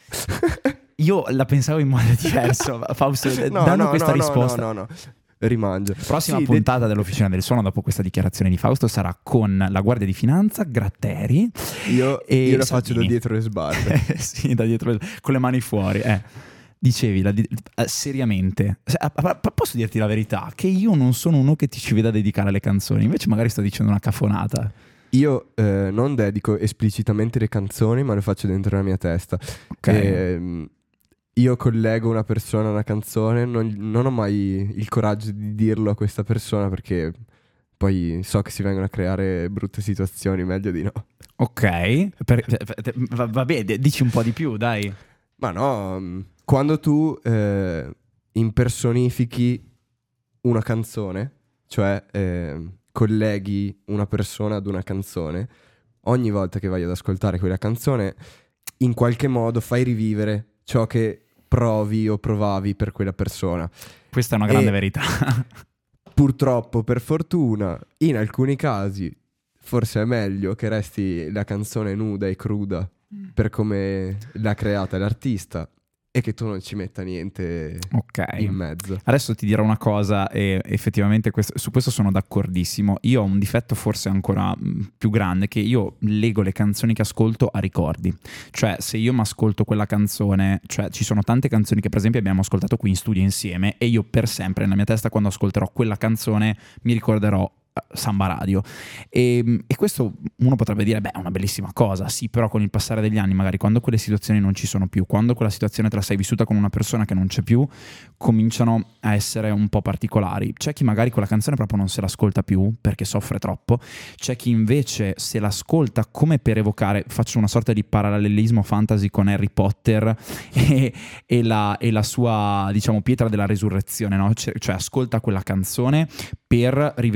Speaker 2: Io la pensavo in modo diverso. Fausto, danno questa risposta.
Speaker 1: No. Rimangio.
Speaker 2: Prossima puntata dell'Officina del Suono, dopo questa dichiarazione di Fausto, sarà con la Guardia di Finanza, Gratteri.
Speaker 1: Io la faccio da dietro le sbarre.
Speaker 2: Sì, da dietro, con le mani fuori. Dicevi, seriamente, posso dirti la verità? Che io non sono uno che ti ci veda dedicare le canzoni, invece magari sto dicendo una cafonata.
Speaker 1: Io non dedico esplicitamente le canzoni, ma le faccio dentro la mia testa.
Speaker 2: Ok.
Speaker 1: Io collego una persona a una canzone, non ho mai il coraggio di dirlo a questa persona perché poi so che si vengono a creare brutte situazioni, meglio di no.
Speaker 2: Ok, va bene, dici un po' di più, dai.
Speaker 1: Ma no, quando tu impersonifichi una canzone, cioè colleghi una persona ad una canzone, ogni volta che vai ad ascoltare quella canzone, in qualche modo fai rivivere ciò che provi o provavi per quella persona.
Speaker 2: Questa è una grande verità.
Speaker 1: Purtroppo, per fortuna, in alcuni casi forse è meglio che resti la canzone nuda e cruda per come l'ha creata l'artista e che tu non ci metta niente in mezzo.
Speaker 2: Adesso ti dirò una cosa e effettivamente su questo sono d'accordissimo. Io ho un difetto forse ancora più grande, che io lego le canzoni che ascolto a ricordi. Cioè, se io mi ascolto quella canzone, cioè ci sono tante canzoni che per esempio abbiamo ascoltato qui in studio insieme e io per sempre nella mia testa, quando ascolterò quella canzone, mi ricorderò Samba Radio e questo uno potrebbe dire, beh, è una bellissima cosa, sì, però con il passare degli anni, magari quando quelle situazioni non ci sono più, quando quella situazione te la sei vissuta con una persona che non c'è più, cominciano a essere un po' particolari. C'è chi magari quella canzone proprio non se l'ascolta più perché soffre troppo, c'è chi invece se l'ascolta come per evocare, faccio una sorta di parallelismo fantasy con Harry Potter e la sua, diciamo, pietra della resurrezione, no? Cioè ascolta quella canzone per rivedere davanti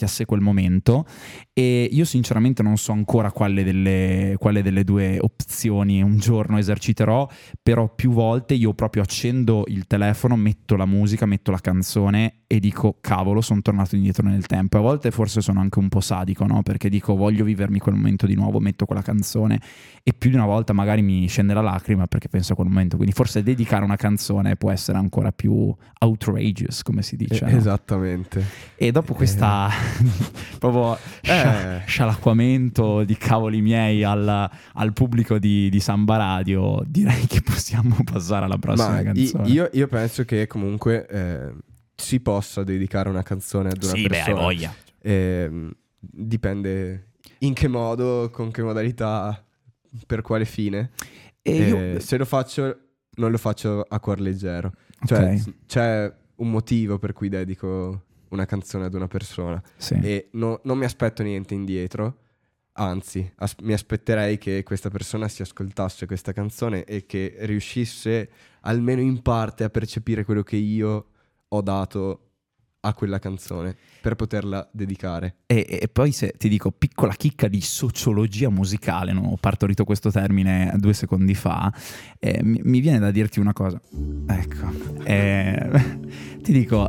Speaker 2: davanti a sé quel momento, e io sinceramente non so ancora quale delle due opzioni un giorno eserciterò, però più volte io proprio accendo il telefono, metto la musica, metto la canzone e dico cavolo, sono tornato indietro nel tempo. A volte forse sono anche un po' sadico, no? Perché dico voglio vivermi quel momento di nuovo, metto quella canzone e più di una volta magari mi scende la lacrima perché penso a quel momento, quindi forse dedicare una canzone può essere ancora più outrageous, come si dice, no?
Speaker 1: Esattamente.
Speaker 2: E dopo questa proprio scialacquamento di cavoli miei al pubblico di Samba Radio, direi che possiamo passare alla prossima canzone.
Speaker 1: Io penso che comunque si possa dedicare una canzone ad una persona.
Speaker 2: Sì, beh, hai voglia.
Speaker 1: Dipende in che modo, con che modalità, per quale fine. Se lo faccio, non lo faccio a cuor leggero. Cioè, c'è un motivo per cui dedico una canzone ad una persona.
Speaker 2: Sì.
Speaker 1: E non mi aspetto niente indietro. Anzi, mi aspetterei che questa persona si ascoltasse questa canzone e che riuscisse almeno in parte a percepire quello che io ho dato a quella canzone per poterla dedicare.
Speaker 2: E poi, se ti dico piccola chicca di sociologia musicale, no? Ho partorito questo termine 2 secondi fa, mi viene da dirti una cosa. Ecco, ti dico,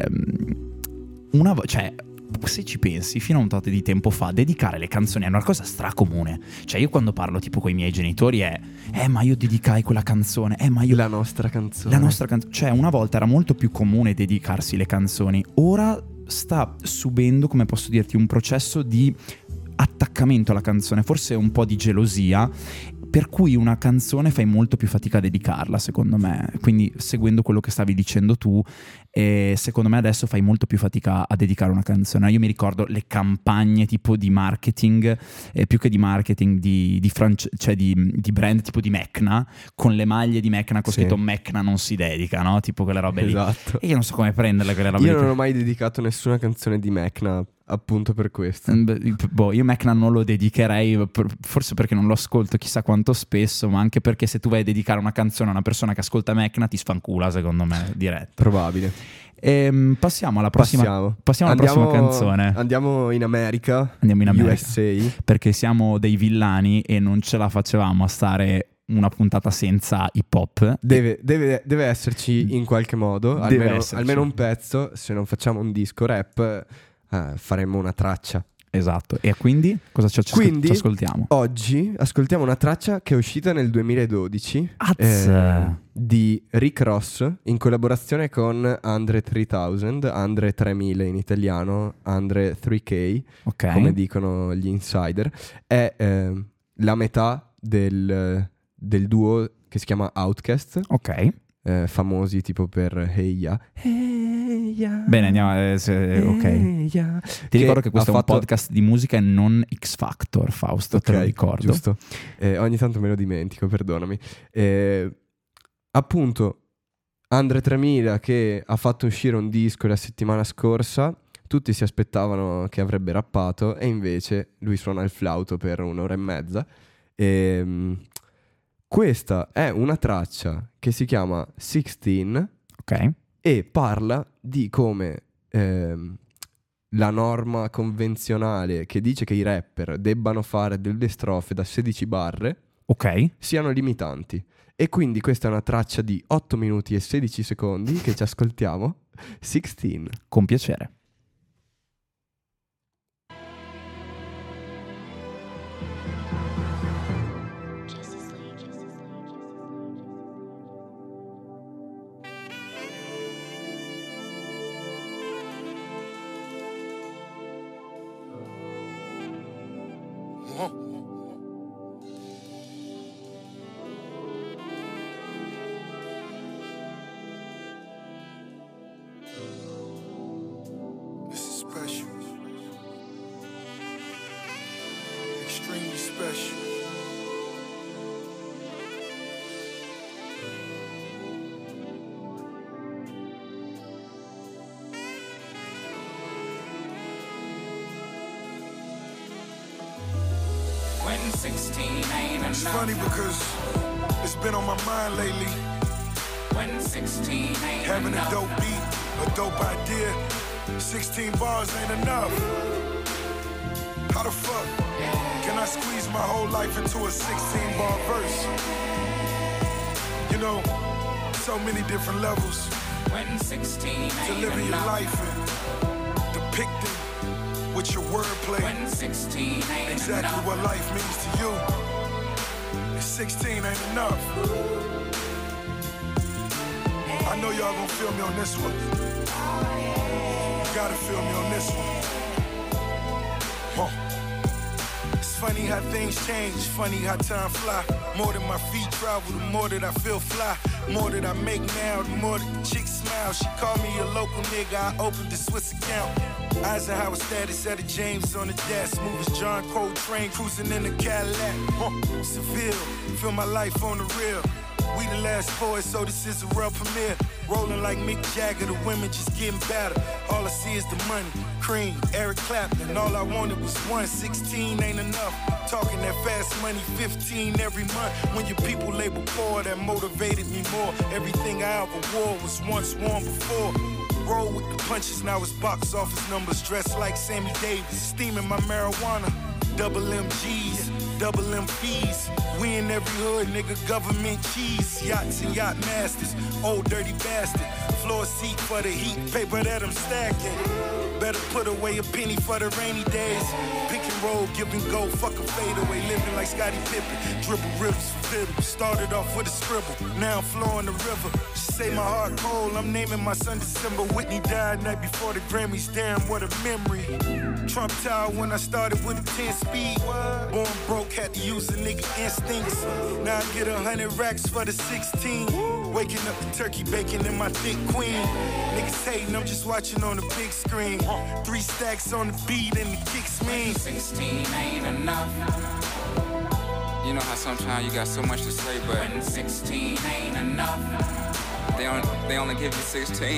Speaker 2: cioè, se ci pensi, fino a un tot di tempo fa dedicare le canzoni è una cosa stracomune. Cioè io quando parlo tipo con i miei genitori ma io dedicai quella canzone, ma io...
Speaker 1: La nostra canzone.
Speaker 2: Cioè una volta era molto più comune dedicarsi le canzoni. Ora sta subendo, come posso dirti, un processo di attaccamento alla canzone, forse un po' di gelosia, per cui una canzone fai molto più fatica a dedicarla, secondo me. Quindi, seguendo quello che stavi dicendo tu, secondo me adesso fai molto più fatica a dedicare una canzone. Io mi ricordo le campagne tipo di marketing, più che di marketing, cioè di brand tipo di Mecna, con le maglie di Mecna con scritto Mecna non si dedica, no? Tipo quelle robe lì.
Speaker 1: Esatto.
Speaker 2: E io non so come prenderle quelle robe lì.
Speaker 1: Io non ho mai dedicato nessuna canzone di Mecna, appunto per questo.
Speaker 2: Io Mecna non lo dedicherei, forse perché non lo ascolto chissà quanto spesso, ma anche perché se tu vai a dedicare una canzone a una persona che ascolta Mecna ti sfancula, secondo me, diretto.
Speaker 1: Probabile.
Speaker 2: Passiamo alla prossima prossima canzone.
Speaker 1: Andiamo in America. USA,
Speaker 2: perché siamo dei villani e non ce la facevamo a stare una puntata senza hip hop.
Speaker 1: Deve esserci in qualche modo, almeno un pezzo. Se non facciamo un disco rap, faremo una traccia.
Speaker 2: Esatto. E quindi cosa ci ascoltiamo?
Speaker 1: Oggi ascoltiamo una traccia che è uscita nel 2012 di Rick Ross in collaborazione con Andre 3000, Andre 3000 in italiano, Andre 3K, come dicono gli insider. È la metà del duo che si chiama Outkast. Famosi tipo per Hey Ya.
Speaker 2: Bene, andiamo. Ti ricordo che questo è un podcast di musica e non X Factor, Fausto, te lo ricordo.
Speaker 1: Giusto. Ogni tanto me lo dimentico, perdonami. Appunto, Andre 3000 che ha fatto uscire un disco la settimana scorsa. Tutti si aspettavano che avrebbe rappato e invece lui suona il flauto per 1 ora e mezza. Questa è una traccia che si chiama 16 e parla di come la norma convenzionale che dice che i rapper debbano fare delle strofe da 16 barre siano limitanti. E quindi questa è una traccia di 8 minuti e 16 secondi che ci ascoltiamo. 16.
Speaker 2: Con piacere.
Speaker 8: It's funny because it's been on my mind lately. Having a dope beat, a dope idea, 16 bars ain't enough. How the fuck can I squeeze my whole life into a 16-bar verse? You know, so many different levels
Speaker 9: when 16
Speaker 8: to live in your life and depict it with your wordplay.
Speaker 9: When 16 ain't
Speaker 8: exactly
Speaker 9: enough.
Speaker 8: What life means to you. If 16 ain't enough, I know y'all gonna feel me on this one. You gotta feel me on this one. It's funny how things change, funny how time fly. More than my feet travel, the more that I feel fly. More that I make now, the more that the chick smile. She called me a local nigga, I opened the Swiss account. Eisenhower status at a James on the desk. Smooth as John Coltrane, cruising in the Cadillac. Seville, feel my life on the real. We the last boys, so this is a real premiere. Rolling like Mick Jagger, the women just getting better. All I see is the money, Cream, Eric Clapton. All I wanted was 116 ain't enough. Talking that fast money, 15 every month. When your people label poor, that motivated me more. Everything I ever wore was once worn before. Roll with the punches, now it's box office numbers. Dressed like Sammy Davis, steaming my marijuana. Double MGs, double M fees. We in every hood, nigga, government cheese. Yachts and yacht masters, old dirty bastard. Floor seat for the heat, paper that I'm stacking. Better put away a penny for the rainy days. Pick and roll, give and go, fuck a fadeaway. Living like Scottie Pippen, dribble ribs for fiddle. Started off with a scribble, now I'm flowing the river. She say my heart cold, I'm naming my son December. Whitney died night before the Grammys, damn what a memory. Trump Tower when I started with a 10 speed. Born broke, had to use a nigga instincts. Now I get 100 racks for the 16. Waking up the turkey bacon in my thick queen. Niggas hating, I'm just watching on the big screen. 3 stacks on the beat and the kicks mean
Speaker 9: 16 ain't enough. You know how sometimes you got so much to say, but when 16 ain't enough, they only give you 16.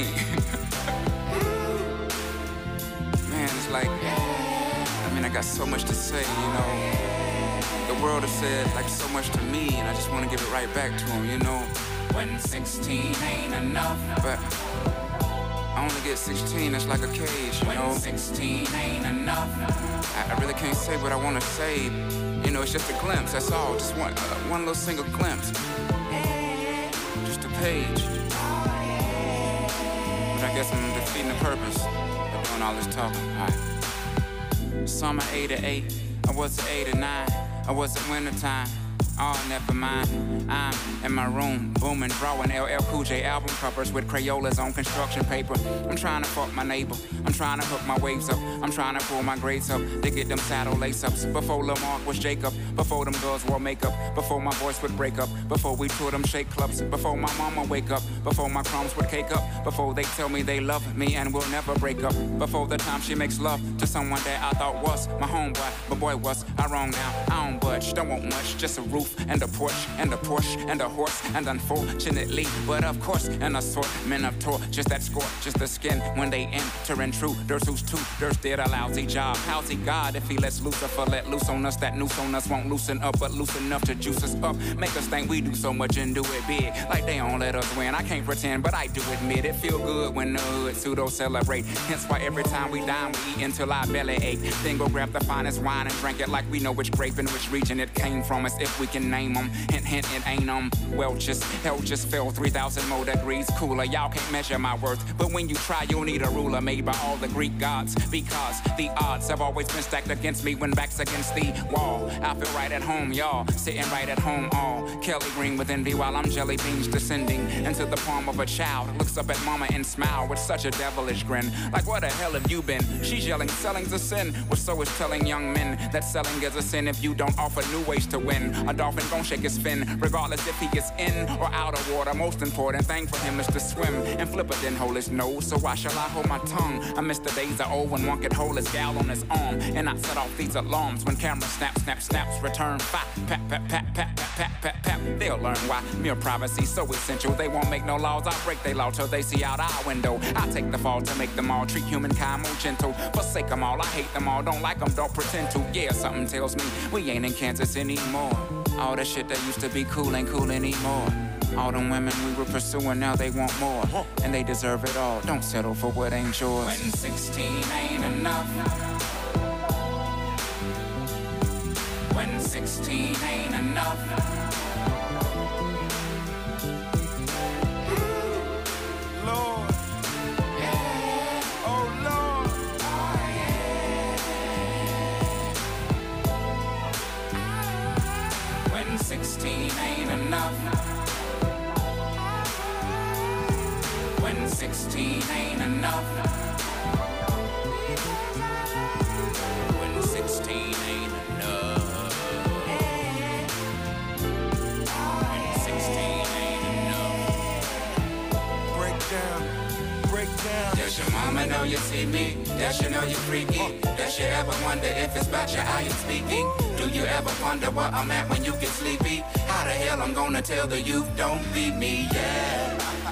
Speaker 9: Man, it's like, I mean, I got so much to say, you know. The world has said like so much to me, and I just want to give it right back to them, you know. When 16 ain't enough, but I only get 16, that's like a cage, you know. When 16 ain't enough, I really can't say what I want to say. You know, it's just a glimpse, that's all. Just one little single glimpse. Just a page. But I guess I'm defeating the purpose of doing all this talking. All right. Summer 88, I was 8 or 9, I was at wintertime. Oh, never mind. I'm in my room, booming, drawing LL Cool J album covers with Crayolas on construction paper. I'm trying to fuck my neighbor. I'm trying to hook my waves up. I'm trying to pull my grades up to get them saddle lace-ups. Before Lamarck was Jacob, before them girls wore makeup, before my voice would break up, before we toured them shake clubs, before my mama wake up, before my crumbs would cake up, before they tell me they love me and will never break up, before the time she makes love to someone that I thought was my homeboy, but boy was I wrong now. I don't budge, don't want much, just a roof and a porch and a Porsche and a horse, and unfortunately, but of course, an assortment of torches that scorches the skin when they enter intruders who's tutors did a lousy job. How's he God if he lets Lucifer let loose on us? That noose on us won't loosen up, but loose enough to juice us up, make us think we do so much and do it big, like they don't let us win. I can't pretend, but I do admit it feel good when the hood pseudo celebrate. Hence why every time we dine, we eat until our belly ache. Then go grab the finest wine and drink it like we know which grape and which region it came from, as if we can name them. Hint, hint, it ain't Welch's. Hell just fell 3,000 more degrees cooler. Y'all can't measure my worth, but when you try, you'll need a ruler made by all the Greek gods, because the odds have always been stacked against me when back's against the wall. I feel right at home, y'all, sitting right at home all Kelly green with envy while I'm jelly beans descending into the palm of a child. Looks up at mama and smile with such a devilish grin, like where the hell have you been? She's yelling, selling's a sin. Well, so is telling young men that selling is a sin if you don't offer new ways to win. A dolphin gon' shake his fin, regardless if he is in or out of water. Most important thing for him is to swim, and Flipper didn't hold his nose, so why shall I hold my tongue? I miss the days of old when one could hold his gal on his arm, and I set off these alarms when cameras snap, snap, snaps, return fire, pat, pat, pat, pat, pat, pat, pat, pat. They'll learn why mere privacy so essential. They won't make no laws, I'll break they law till they see out our window. I take the fall to make them all treat humankind more gentle. Forsake them all, I hate them all, don't like them, don't pretend to. Yeah, something tells me we ain't in Kansas anymore. All that shit that used to be cool ain't cool anymore. All them women we were pursuing, now they want more. And they deserve it all, don't settle for what ain't yours. When 16 ain't enough. When 16 ain't enough.
Speaker 8: Lord. Oh, Lord.
Speaker 9: When 16 ain't enough. When 16 ain't enough. When 16 ain't enough. When 16 ain't enough.
Speaker 8: Break down.
Speaker 9: Does your mama know you see me? Does she know you freaky? Does she ever wonder if it's about you I am speaking? Do you ever wonder where I'm at when you get sleepy? How the hell I'm gonna tell the youth don't beat me, yeah.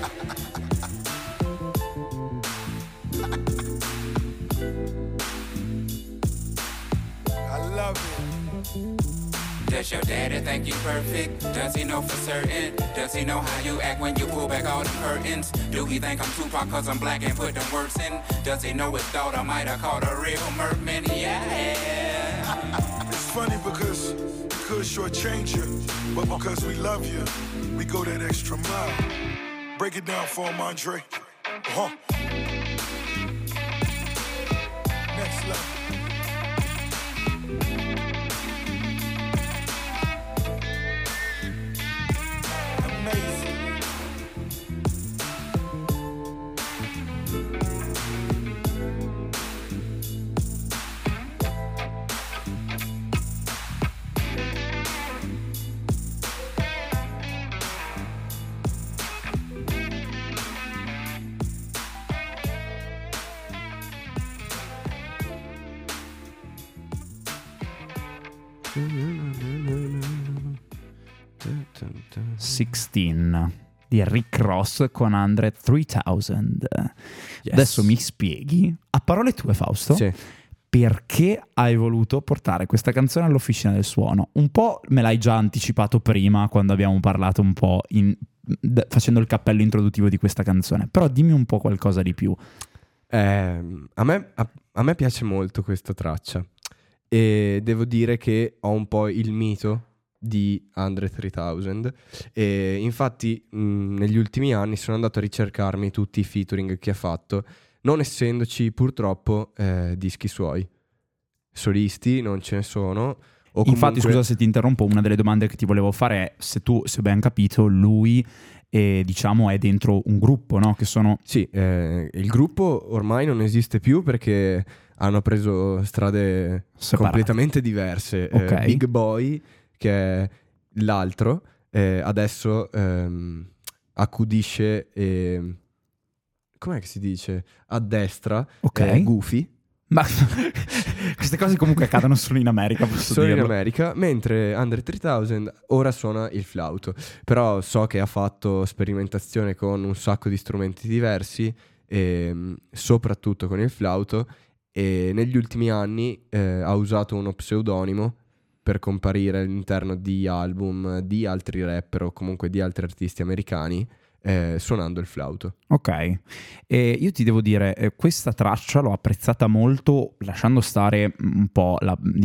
Speaker 8: I love it.
Speaker 9: Does your daddy think you perfect? Does he know for certain? Does he know how you act when you pull back all them curtains? Do he think I'm Tupac cause I'm black and put them words in? Does he know his daughter might have caught a real merman? Yeah.
Speaker 8: It's funny because shortchange you, but because we love you, we go that extra mile. Break it down for him, Andre. Next level. Amazing.
Speaker 2: Sixteen di Rick Ross con Andre 3000.
Speaker 1: Yes.
Speaker 2: Adesso mi spieghi, a parole tue Fausto,
Speaker 1: Sì.
Speaker 2: perché hai voluto portare questa canzone all'Officina del Suono? Un po' me l'hai già anticipato prima quando abbiamo parlato un po' facendo il cappello introduttivo di questa canzone, però dimmi un po' qualcosa di più.
Speaker 1: A me piace molto questa traccia e devo dire che ho un po' il mito di Andre 3000 e infatti negli ultimi anni sono andato a ricercarmi tutti i featuring che ha fatto, non essendoci purtroppo dischi suoi solisti, non ce ne sono. O
Speaker 2: Infatti,
Speaker 1: comunque...
Speaker 2: scusa se ti interrompo, una delle domande che ti volevo fare è se ho ben capito, lui diciamo è dentro un gruppo, no? Che sono...
Speaker 1: Sì, il gruppo ormai non esiste più perché hanno preso strade
Speaker 2: separate,
Speaker 1: completamente diverse.
Speaker 2: Okay.
Speaker 1: Big Boy, che è l'altro, adesso accudisce, com'è che si dice? A destra,
Speaker 2: Ok.
Speaker 1: Goofy.
Speaker 2: Ma queste cose comunque accadono solo in America, posso
Speaker 1: Solo
Speaker 2: dirlo.
Speaker 1: in America, mentre Andre 3000 ora suona il flauto. Però so che ha fatto sperimentazione con un sacco di strumenti diversi, soprattutto con il flauto, e negli ultimi anni ha usato uno pseudonimo per comparire all'interno di album di altri rapper o comunque di altri artisti americani, suonando il flauto.
Speaker 2: Ok, io ti devo dire, questa traccia l'ho apprezzata molto, lasciando stare un po'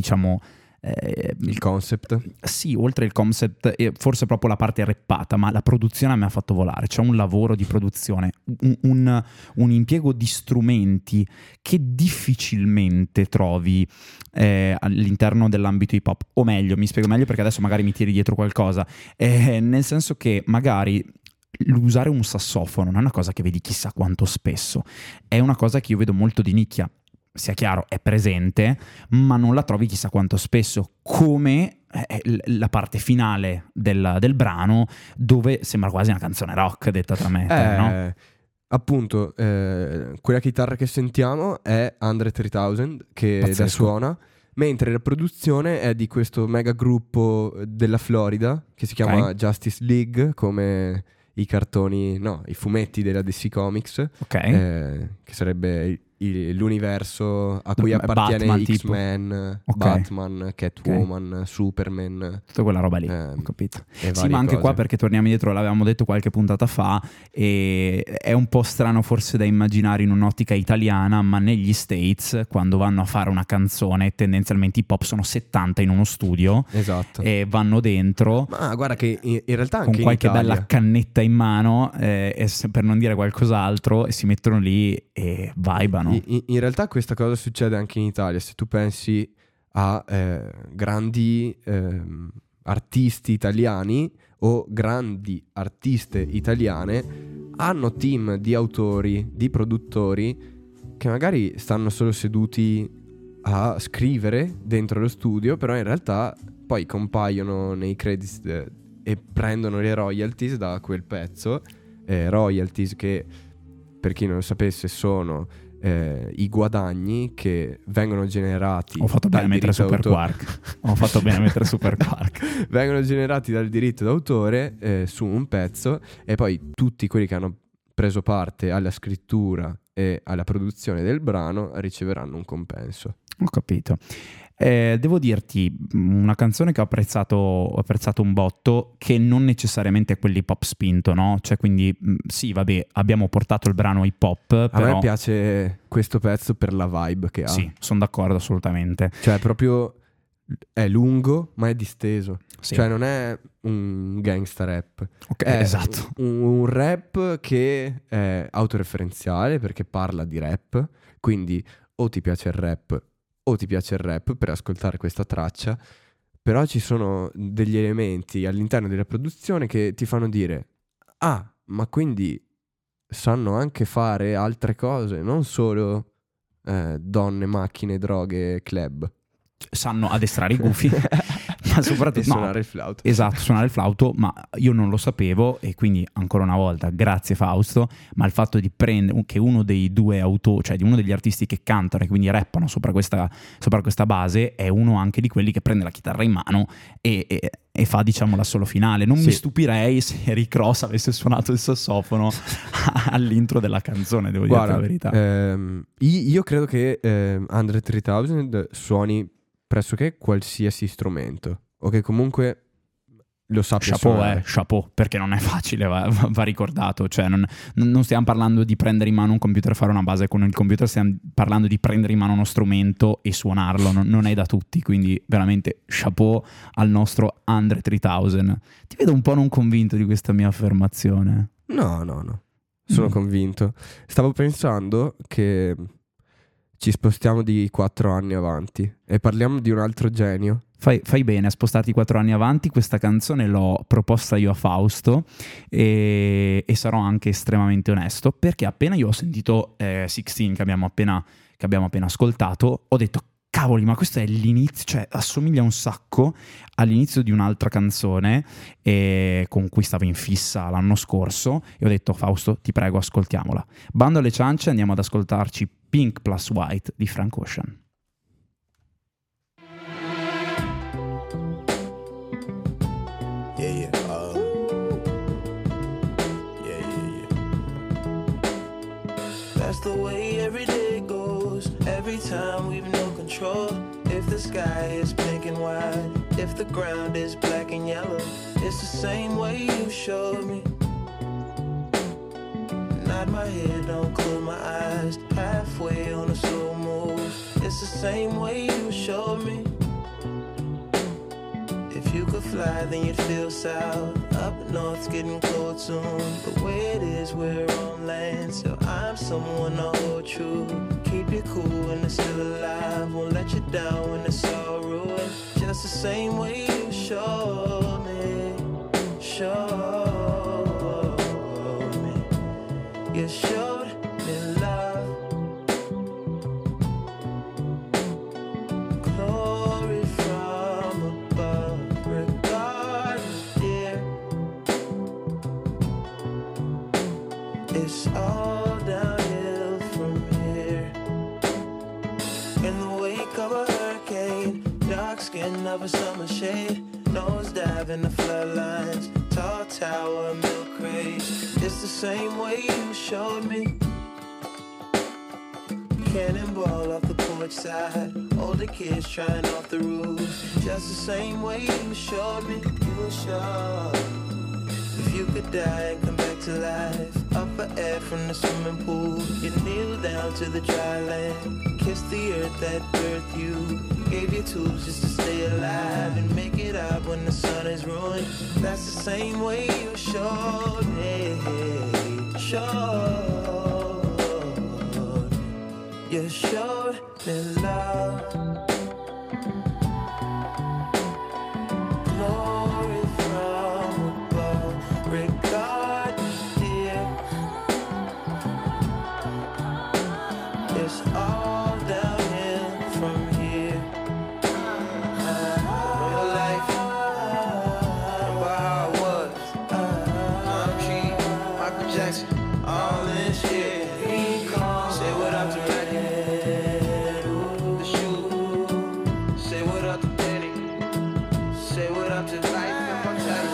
Speaker 1: il concept.
Speaker 2: Sì, oltre il concept, forse proprio la parte rappata, ma la produzione mi ha fatto volare. C'è un lavoro di produzione, un impiego di strumenti che difficilmente trovi all'interno dell'ambito hip hop. O meglio, mi spiego meglio perché adesso magari mi tiri dietro qualcosa, nel senso che magari l'usare un sassofono non è una cosa che vedi chissà quanto spesso, è una cosa che io vedo molto di nicchia. Sia chiaro, è presente, ma non la trovi chissà quanto spesso, come la parte finale del brano, dove sembra quasi una canzone rock, detta tra me, no?
Speaker 1: Appunto, quella chitarra che sentiamo è Andre 3000 che
Speaker 2: Pazzesco.
Speaker 1: la suona, mentre la produzione è di questo mega gruppo della Florida che si chiama
Speaker 2: Ok.
Speaker 1: Justice League, come i cartoni, no, i fumetti della DC Comics,
Speaker 2: Ok.
Speaker 1: che sarebbe l'universo a cui appartiene
Speaker 2: Batman,
Speaker 1: X-Men,
Speaker 2: tipo.
Speaker 1: Batman, Catwoman, Superman,
Speaker 2: tutta quella roba lì, ho capito.
Speaker 1: e
Speaker 2: Sì,
Speaker 1: varie
Speaker 2: ma anche
Speaker 1: cose.
Speaker 2: qua, perché torniamo indietro, l'avevamo detto qualche puntata fa, e è un po' strano forse da immaginare in un'ottica italiana, ma negli States quando vanno a fare una canzone tendenzialmente i pop sono 70 in uno studio,
Speaker 1: Esatto.
Speaker 2: e vanno dentro,
Speaker 1: Ma guarda che in realtà
Speaker 2: con
Speaker 1: anche
Speaker 2: qualche
Speaker 1: in Italia,
Speaker 2: bella cannetta in mano, per non dire qualcos'altro, e si mettono lì e vibano.
Speaker 1: in realtà questa cosa succede anche in Italia. Se tu pensi a grandi artisti italiani o grandi artiste italiane, hanno team di autori, di produttori che magari stanno solo seduti a scrivere dentro lo studio, però in realtà poi compaiono nei credits e prendono le royalties da quel pezzo, royalties che, per chi non lo sapesse, sono i guadagni che vengono generati.
Speaker 2: Ho fatto bene a mettere
Speaker 1: diritto
Speaker 2: Super
Speaker 1: d'autore.
Speaker 2: Quark. Ho fatto bene a mettere Super Quark.
Speaker 1: Vengono generati dal diritto d'autore su un pezzo, e poi tutti quelli che hanno preso parte alla scrittura e alla produzione del brano riceveranno un compenso.
Speaker 2: Ho capito. Devo dirti, una canzone che ho apprezzato un botto, che non necessariamente è quell'hip hop spinto, no? Cioè, quindi sì, vabbè, abbiamo portato il brano hip hop, però...
Speaker 1: A me piace questo pezzo per la vibe che ha.
Speaker 2: Sì, sono d'accordo assolutamente.
Speaker 1: Cioè proprio è lungo ma è disteso.
Speaker 2: Sì.
Speaker 1: Cioè non è un gangsta rap.
Speaker 2: Ok,
Speaker 1: È
Speaker 2: esatto.
Speaker 1: un rap che è autoreferenziale perché parla di rap. Quindi o ti piace il rap o ti piace il rap per ascoltare questa traccia. Però ci sono degli elementi all'interno della produzione che ti fanno dire: ah, ma quindi sanno anche fare altre cose, non solo donne, macchine, droghe, club.
Speaker 2: Sanno addestrare i gufi, ma soprattutto
Speaker 1: e suonare il flauto.
Speaker 2: Esatto, suonare il flauto, ma io non lo sapevo, e quindi ancora una volta grazie Fausto. Ma il fatto di prendere che uno dei due autori, cioè di uno degli artisti che cantano e quindi rappano sopra questa base, è uno anche di quelli che prende la chitarra in mano e fa, diciamo, la solo finale. Non mi stupirei se Rick Ross avesse suonato il sassofono all'intro della canzone, devo dire la verità.
Speaker 1: Io credo che Andre 3000 suoni pressoché qualsiasi strumento, o che comunque lo sappia suonare.
Speaker 2: Chapeau, perché non è facile, va ricordato. Cioè non stiamo parlando di prendere in mano un computer e fare una base con il computer, stiamo parlando di prendere in mano uno strumento e suonarlo. Non è da tutti, quindi veramente chapeau al nostro Andre 3000. Ti vedo un po' non convinto di questa mia affermazione.
Speaker 1: No, sono convinto. Stavo pensando che ci spostiamo di 4 anni avanti e parliamo di un altro genio.
Speaker 2: Fai bene a spostarti 4 anni avanti. Questa canzone l'ho proposta io a Fausto, e sarò anche estremamente onesto, perché appena io ho sentito 16 che abbiamo appena ascoltato, ho detto: cavoli, ma questo è l'inizio, cioè assomiglia un sacco all'inizio di un'altra canzone con cui stavo in fissa l'anno scorso, e ho detto: Fausto, ti prego, ascoltiamola. Bando alle ciance, andiamo ad ascoltarci Pink plus White di Frank Ocean.
Speaker 10: Yeah. That's the way every day goes. Every time we've no control. If the sky is pink and white, if the ground is black and yellow, it's the same way you showed me. Nod my head, don't close my eyes. Halfway on a slow move. It's the same way you showed me. If you could fly, then you'd feel south. Up north's getting cold soon. The way it is, we're on land. So I'm someone to hold true. Keep you cool when it's still alive. Won't let you down when it's all ruined. Just the same way you showed me. You showed me love. Glory from above. Regardless, dear, it's all downhill from here. In the wake of a hurricane, dark skin of a summer shade, nosedive in the floodlines, tall tower, milk crate. It's the same way you showed me. Cannonball off the porch side. Older kids trying off the roof. Just the same way you showed me. You were sure. If you could die and come back to life, up for air from the swimming pool, you kneel down to the dry land, kiss the earth that birthed you, gave you tools just to stay alive and make it up when the sun is ruined. That's the same way you showed me, showed, you showed me love. Glory from above, regard me, dear. It's all downhill from here. Real life, remember how it was. I'm G, Michael Jackson, all this shit. Say what up to Reddy, the shoe. Say what up to Danny. Say what up to life and mortality.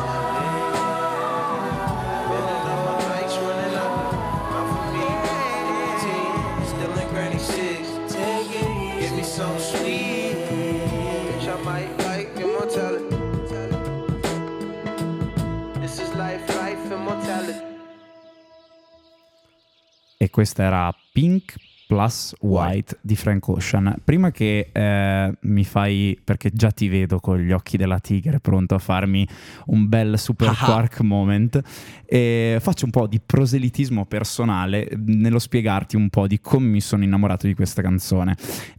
Speaker 10: Running up my bikes, running up. Not for me, nicotine, still in granny six. Take it easy, give me some sweet. Bitch, I might like immortality. This is life, life, immortality.
Speaker 2: E questa era Pink plus White di Frank Ocean. Prima che mi fai, perché già ti vedo con gli occhi della tigre pronto a farmi un bel super quark moment, faccio un po' di proselitismo personale nello spiegarti un po' di come mi sono innamorato di questa canzone.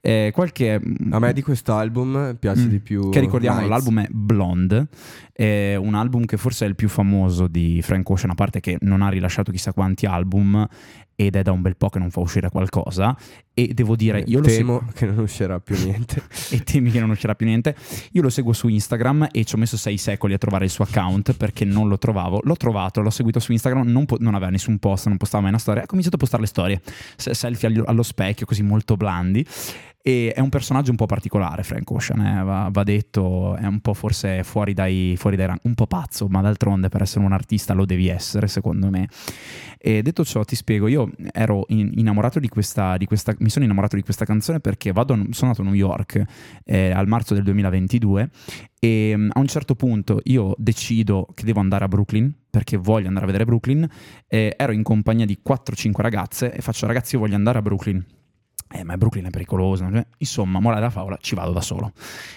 Speaker 1: A me di quest'album piace di più,
Speaker 2: che ricordiamo,
Speaker 1: Nights.
Speaker 2: l'album è Blonde, è un album che forse è il più famoso di Frank Ocean, a parte che non ha rilasciato chissà quanti album ed è da un bel po' che non fa uscire qualcosa, e devo dire io
Speaker 1: temo che non uscirà più niente.
Speaker 2: E temi che non uscirà più niente. Io lo seguo su Instagram e ci ho messo 6 secoli a trovare il suo account perché non lo trovavo. L'ho trovato, l'ho seguito su Instagram, non aveva nessun post, non postava mai una storia. Ha cominciato a postare le storie, selfie allo specchio, così molto blandi. E è un personaggio un po' particolare, Frank Ocean, va detto, è un po' forse fuori dai rank, un po' pazzo, ma d'altronde per essere un artista lo devi essere, secondo me. E detto ciò, ti spiego, io ero innamorato mi sono innamorato di questa canzone perché sono andato a New York al marzo del 2022 e a un certo punto io decido che devo andare a Brooklyn perché voglio andare a vedere Brooklyn, ero in compagnia di 4-5 ragazze e faccio: ragazzi, io voglio andare a Brooklyn. Ma Brooklyn è pericoloso, insomma, morale della favola, ci vado da solo.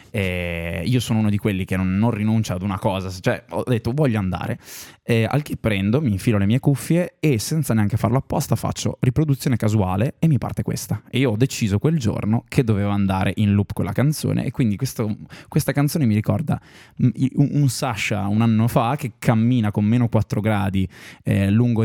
Speaker 2: Io sono uno di quelli che non rinuncia ad una cosa, cioè ho detto voglio andare, al che prendo, mi infilo le mie cuffie e senza neanche farlo apposta faccio riproduzione casuale e mi parte questa. E io ho deciso quel giorno che dovevo andare in loop con la canzone, e quindi questa canzone mi ricorda un Sasha un anno fa che cammina con meno 4 gradi lungo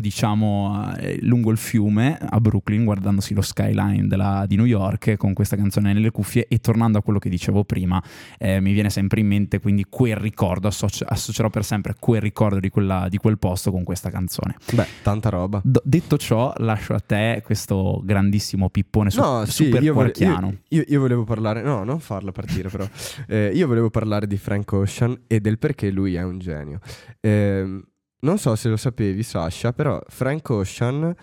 Speaker 2: il fiume a Brooklyn, guardandosi lo skyline di New York con questa canzone nelle cuffie. E tornando a quello che dicevo prima, mi viene sempre in mente quindi quel ricordo, associerò per sempre quel ricordo di quel posto con questa canzone.
Speaker 1: Beh, tanta roba.
Speaker 2: Detto ciò, lascio a te questo grandissimo pippone super quarkiano.
Speaker 1: Io volevo parlare, no, non farla partire però. Io volevo parlare di Frank Ocean e del perché lui è un genio. Non so se lo sapevi, Sasha, però Frank Ocean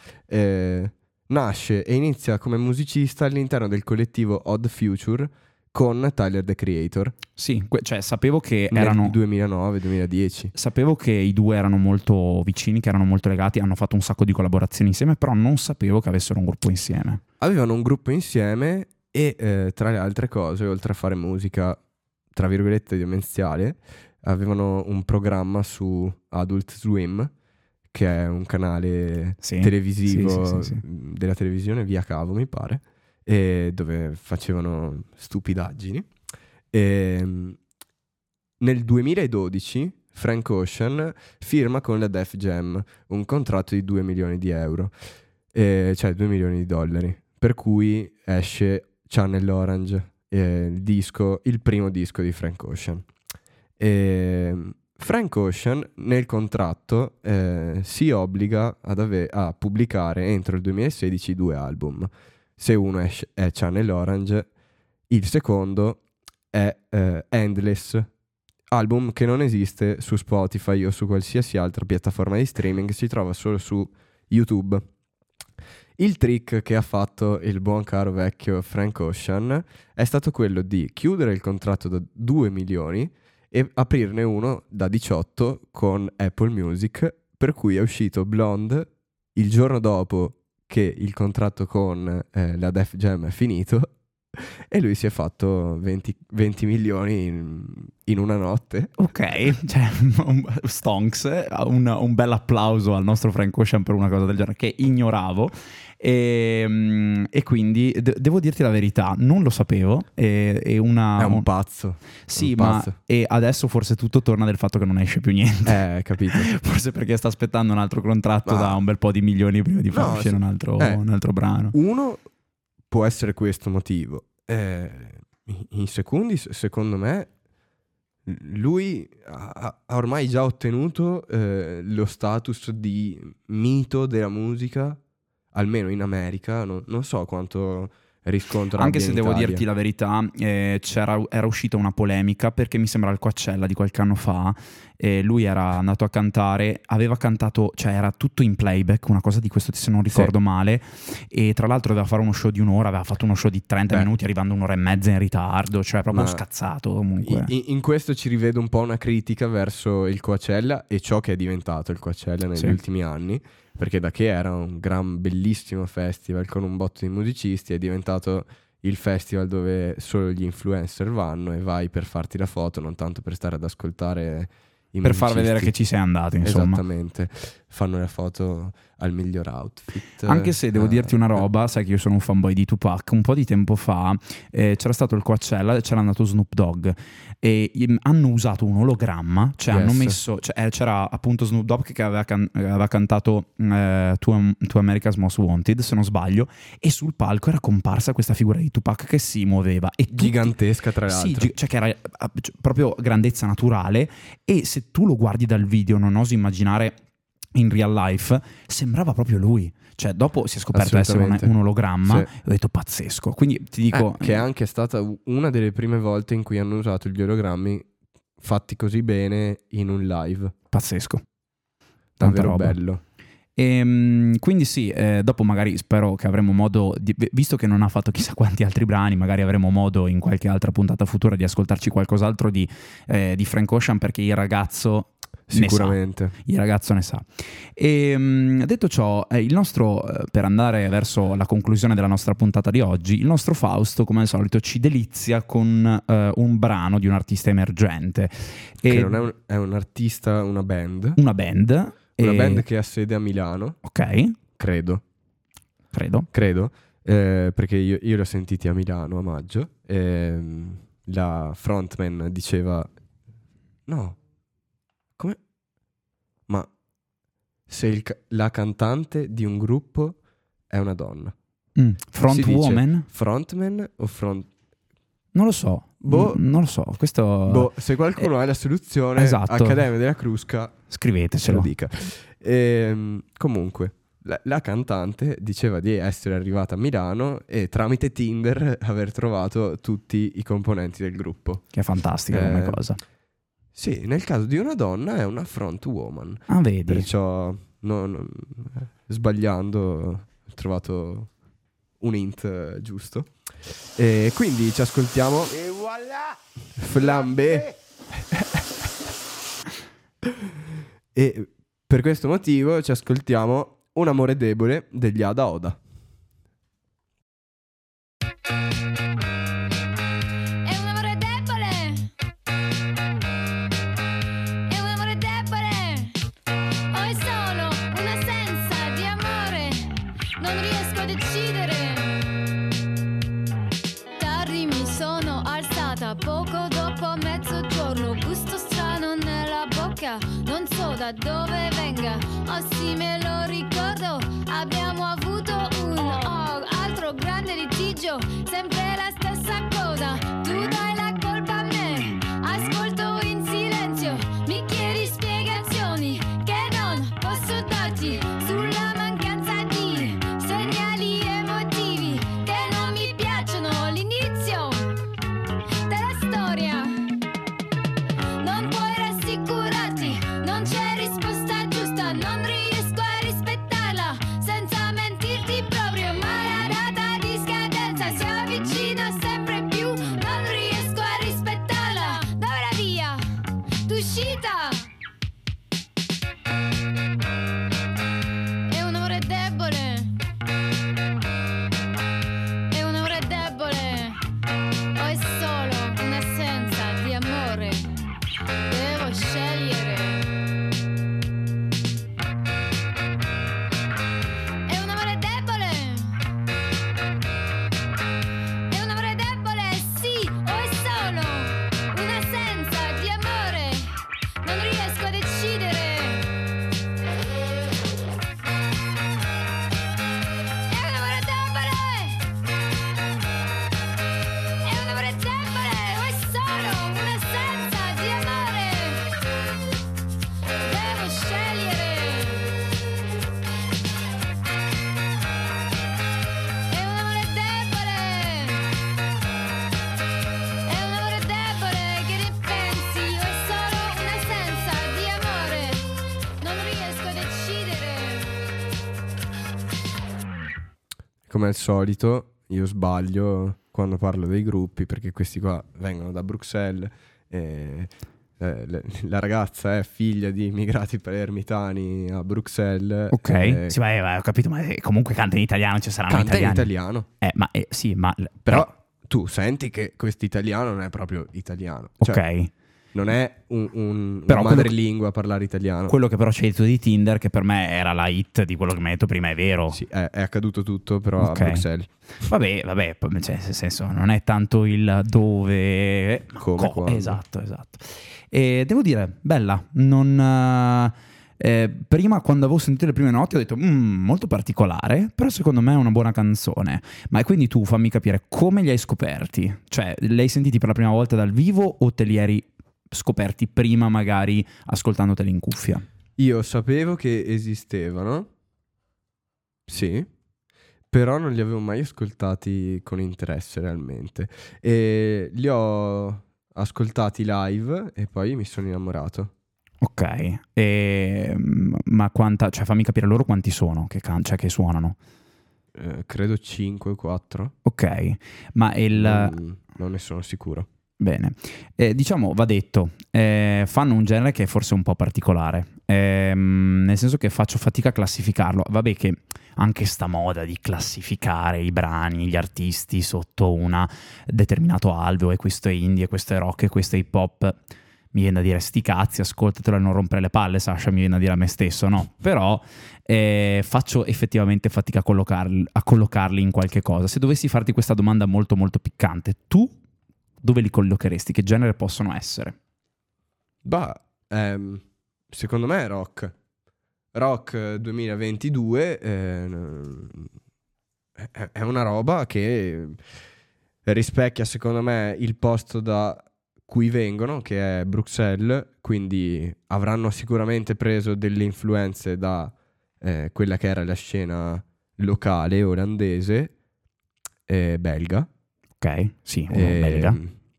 Speaker 1: nasce e inizia come musicista all'interno del collettivo Odd Future con Tyler, the Creator.
Speaker 2: Sì, cioè sapevo che
Speaker 1: nel
Speaker 2: erano
Speaker 1: 2009-2010.
Speaker 2: Sapevo che i due erano molto vicini, che erano molto legati, hanno fatto un sacco di collaborazioni insieme, però non sapevo che avessero un gruppo insieme.
Speaker 1: Avevano un gruppo insieme e tra le altre cose, oltre a fare musica tra virgolette demenziale, avevano un programma su Adult Swim, che è un canale televisivo
Speaker 2: sì.
Speaker 1: della televisione via cavo, mi pare, e dove facevano stupidaggini. E nel 2012 Frank Ocean firma con la Def Jam un contratto di 2 milioni di euro, cioè 2 milioni di dollari, per cui esce Channel Orange, il primo disco di Frank Ocean. Frank Ocean nel contratto si obbliga a pubblicare entro il 2016 2 album. Se uno è Channel Orange, il secondo è Endless, album che non esiste su Spotify o su qualsiasi altra piattaforma di streaming, si trova solo su YouTube. Il trick che ha fatto il buon caro vecchio Frank Ocean è stato quello di chiudere il contratto da 2 milioni e aprirne uno da 18 con Apple Music, per cui è uscito Blonde il giorno dopo che il contratto con la Def Jam è finito, e lui si è fatto 20 milioni in una notte.
Speaker 2: Ok, cioè, stonks, un bel applauso al nostro Frank Ocean per una cosa del genere che ignoravo. E quindi devo dirti la verità, non lo sapevo. È
Speaker 1: un pazzo.
Speaker 2: Sì, e adesso forse tutto torna del fatto che non esce più niente.
Speaker 1: Capito.
Speaker 2: Forse perché sta aspettando un altro contratto da un bel po' di milioni prima di far uscire un altro brano.
Speaker 1: Uno può essere questo motivo. In secondi, secondo me, lui ha ormai già ottenuto lo status di mito della musica, almeno in America. Non so quanto riscontra.
Speaker 2: Anche se
Speaker 1: in
Speaker 2: devo
Speaker 1: Italia.
Speaker 2: dirti la verità, era uscita una polemica perché mi sembra al Coachella di qualche anno fa, lui era andato a cantare, aveva cantato, cioè era tutto in playback, una cosa di questo se non ricordo male, e tra l'altro doveva fare uno show di un'ora, aveva fatto uno show di 30 minuti arrivando un'ora e mezza in ritardo, cioè proprio scazzato comunque.
Speaker 1: In questo ci rivedo un po' una critica verso il Coachella e ciò che è diventato il Coachella negli ultimi anni, perché da che era un bellissimo festival con un botto di musicisti è diventato il festival dove solo gli influencer vanno e vai per farti la foto, non tanto per stare ad ascoltare i
Speaker 2: per
Speaker 1: musicisti.
Speaker 2: far vedere che ci sei andato, insomma.
Speaker 1: Esattamente, fanno la foto al miglior outfit.
Speaker 2: Anche se devo dirti una roba, sai che io sono un fanboy di Tupac, un po' di tempo fa c'era stato il Coachella e c'era andato Snoop Dogg e hanno usato un ologramma, cioè hanno messo, c'era appunto Snoop Dogg che aveva cantato To America's Most Wanted, se non sbaglio, e sul palco era comparsa questa figura di Tupac che si muoveva e
Speaker 1: gigantesca tra l'altro,
Speaker 2: cioè che era proprio grandezza naturale, e se tu lo guardi dal video, non oso immaginare in real life, sembrava proprio lui. Cioè dopo si è scoperto essere un ologramma, e ho detto pazzesco. Quindi ti dico
Speaker 1: che è anche stata una delle prime volte in cui hanno usato gli ologrammi fatti così bene in un live.
Speaker 2: Pazzesco,
Speaker 1: davvero bello.
Speaker 2: E quindi sì, dopo magari spero che avremo modo visto che non ha fatto chissà quanti altri brani, magari avremo modo in qualche altra puntata futura di ascoltarci qualcos'altro di Frank Ocean, perché il ragazzo
Speaker 1: sicuramente
Speaker 2: il ragazzo ne sa. E detto ciò, il nostro per andare verso la conclusione della nostra puntata di oggi, il nostro Fausto come al solito ci delizia con un brano di un artista emergente
Speaker 1: che non è un artista, una band che ha sede a Milano.
Speaker 2: Ok,
Speaker 1: credo perché io l'ho sentiti a Milano a maggio. La frontman diceva no, come? Ma se la cantante di un gruppo è una donna,
Speaker 2: frontwoman?
Speaker 1: Frontman o front?
Speaker 2: Non lo so. Non lo so. Questo.
Speaker 1: Se qualcuno ha la soluzione,
Speaker 2: esatto.
Speaker 1: Accademia della Crusca,
Speaker 2: scrivetecelo.
Speaker 1: Lo dica. Comunque, la cantante diceva di essere arrivata a Milano e tramite Tinder aver trovato tutti i componenti del gruppo.
Speaker 2: Che è fantastica come cosa.
Speaker 1: Sì, nel caso di una donna è una front woman.
Speaker 2: Ah, vedi.
Speaker 1: Perciò sbagliando ho trovato un hint giusto. E quindi ci ascoltiamo
Speaker 5: E voilà!
Speaker 1: Flambé. E per questo motivo ci ascoltiamo Un amore debole degli Ada Oda.
Speaker 11: Poco dopo mezzogiorno, gusto strano nella bocca, non so da dove venga, oh sì me lo ricordo, abbiamo avuto un altro grande litigio, sempre la stessa cosa, tu dai la colpa a me, ascolto in silenzio, mi chiedi spiegazioni che non posso darti sulla mancanza di segnali emotivi che non mi piacciono, l'inizio della storia. Non puoi rassicurarti, non c'è risposta giusta, non riesco a rispettarla senza mentirti proprio.
Speaker 1: come al solito, io sbaglio quando parlo dei gruppi, perché questi qua vengono da Bruxelles. La ragazza è figlia di immigrati palermitani a Bruxelles.
Speaker 2: Ok, sì, ma ho capito, ma comunque canta in italiano, ci saranno italiani.
Speaker 1: Canta in italiano.
Speaker 2: Sì, ma...
Speaker 1: Però tu senti che questo italiano non è proprio italiano.
Speaker 2: Ok.
Speaker 1: Cioè, non è un madrelingua a parlare italiano.
Speaker 2: Quello che però c'è detto di Tinder, che per me era la hit di quello che mi hai detto prima, è vero.
Speaker 1: Sì, è accaduto tutto, però a Bruxelles.
Speaker 2: Vabbè, cioè, nel senso, non è tanto il dove...
Speaker 1: Come.
Speaker 2: Esatto. E devo dire, bella, non... prima, quando avevo sentito le prime note, ho detto molto particolare, però secondo me è una buona canzone. Ma quindi tu fammi capire come li hai scoperti? Cioè, li hai sentiti per la prima volta dal vivo o te li eri scoperti prima, magari ascoltandoteli in cuffia?
Speaker 1: Io sapevo che esistevano, sì, però non li avevo mai ascoltati con interesse realmente. E li ho ascoltati live e poi mi sono innamorato.
Speaker 2: Ok, ma cioè fammi capire loro quanti sono che suonano.
Speaker 1: Credo 5 o 4.
Speaker 2: Ok, ma
Speaker 1: non ne sono sicuro.
Speaker 2: Bene, diciamo, va detto, fanno un genere che è forse un po' particolare, nel senso che faccio fatica a classificarlo. Vabbè che anche sta moda di classificare i brani, gli artisti sotto un determinato alveo, e questo è indie, e questo è rock, e questo è hip hop, mi viene da dire sti cazzi, ascoltatelo e non rompere le palle, Sasha, mi viene da dire a me stesso, no? Però faccio effettivamente fatica a collocarli in qualche cosa. Se dovessi farti questa domanda molto molto piccante, tu dove li collocheresti? Che genere possono essere?
Speaker 1: Secondo me è rock. Rock 2022 è una roba che rispecchia, secondo me, il posto da cui vengono, che è Bruxelles, quindi avranno sicuramente preso delle influenze da quella che era la scena locale olandese, belga.
Speaker 2: Ok, sì, belga.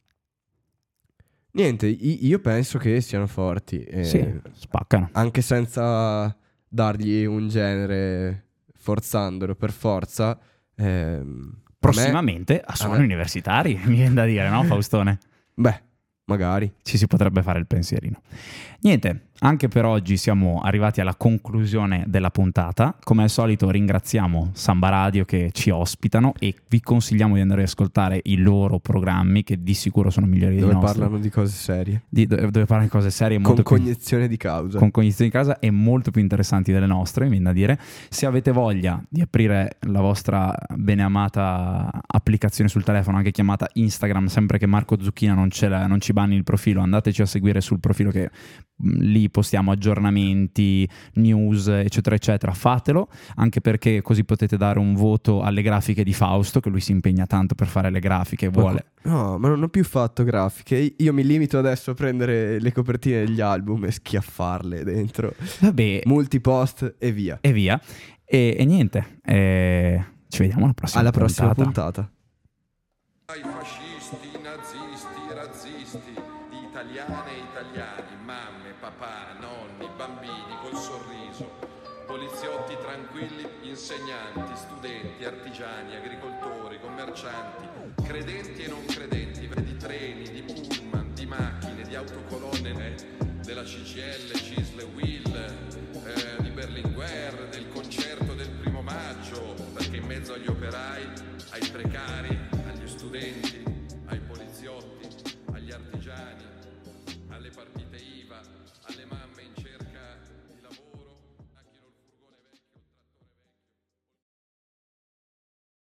Speaker 1: Niente, io penso che siano forti.
Speaker 2: Sì, spaccano.
Speaker 1: Anche senza dargli un genere, forzandolo per forza.
Speaker 2: Prossimamente a suoni universitari, mi viene da dire, no, Faustone?
Speaker 1: Beh, magari.
Speaker 2: Ci si potrebbe fare il pensierino. Niente, anche per oggi siamo arrivati alla conclusione della puntata. Come al solito ringraziamo Samba Radio che ci ospitano e vi consigliamo di andare ad ascoltare i loro programmi, che di sicuro sono migliori dei nostri.
Speaker 1: Dove parlano di cose serie.
Speaker 2: Dove parlano di cose serie.
Speaker 1: Con cognizione di causa.
Speaker 2: Con cognizione di causa, e molto più interessanti delle nostre, mi viene da dire. Se avete voglia di aprire la vostra beneamata applicazione sul telefono, anche chiamata Instagram, sempre che Marco Zucchina non ci banni il profilo, andateci a seguire sul profilo, che lì postiamo aggiornamenti, news, eccetera eccetera. Fatelo, anche perché così potete dare un voto alle grafiche di Fausto, che lui si impegna tanto per fare le grafiche, vuole.
Speaker 1: No, ma non ho più fatto grafiche. Io mi limito adesso a prendere le copertine degli album e schiaffarle dentro.
Speaker 2: Vabbè,
Speaker 1: multipost e via.
Speaker 2: E niente, ci vediamo alla prossima
Speaker 1: puntata.
Speaker 12: Ai fascisti, nazisti, razzisti, di italiane e italiani, mamme, papà, nonni, bambini col sorriso, poliziotti tranquilli, insegnanti, studenti, artigiani, agricoltori, commercianti, credenti e non credenti, di treni, di pullman, di macchine, di autocolonne, della CGL, CISL, WIL, di Berlinguer, del concerto del 1° maggio, perché in mezzo agli operai, ai precari, agli studenti, ai poliziotti, agli artigiani, alle partite IVA,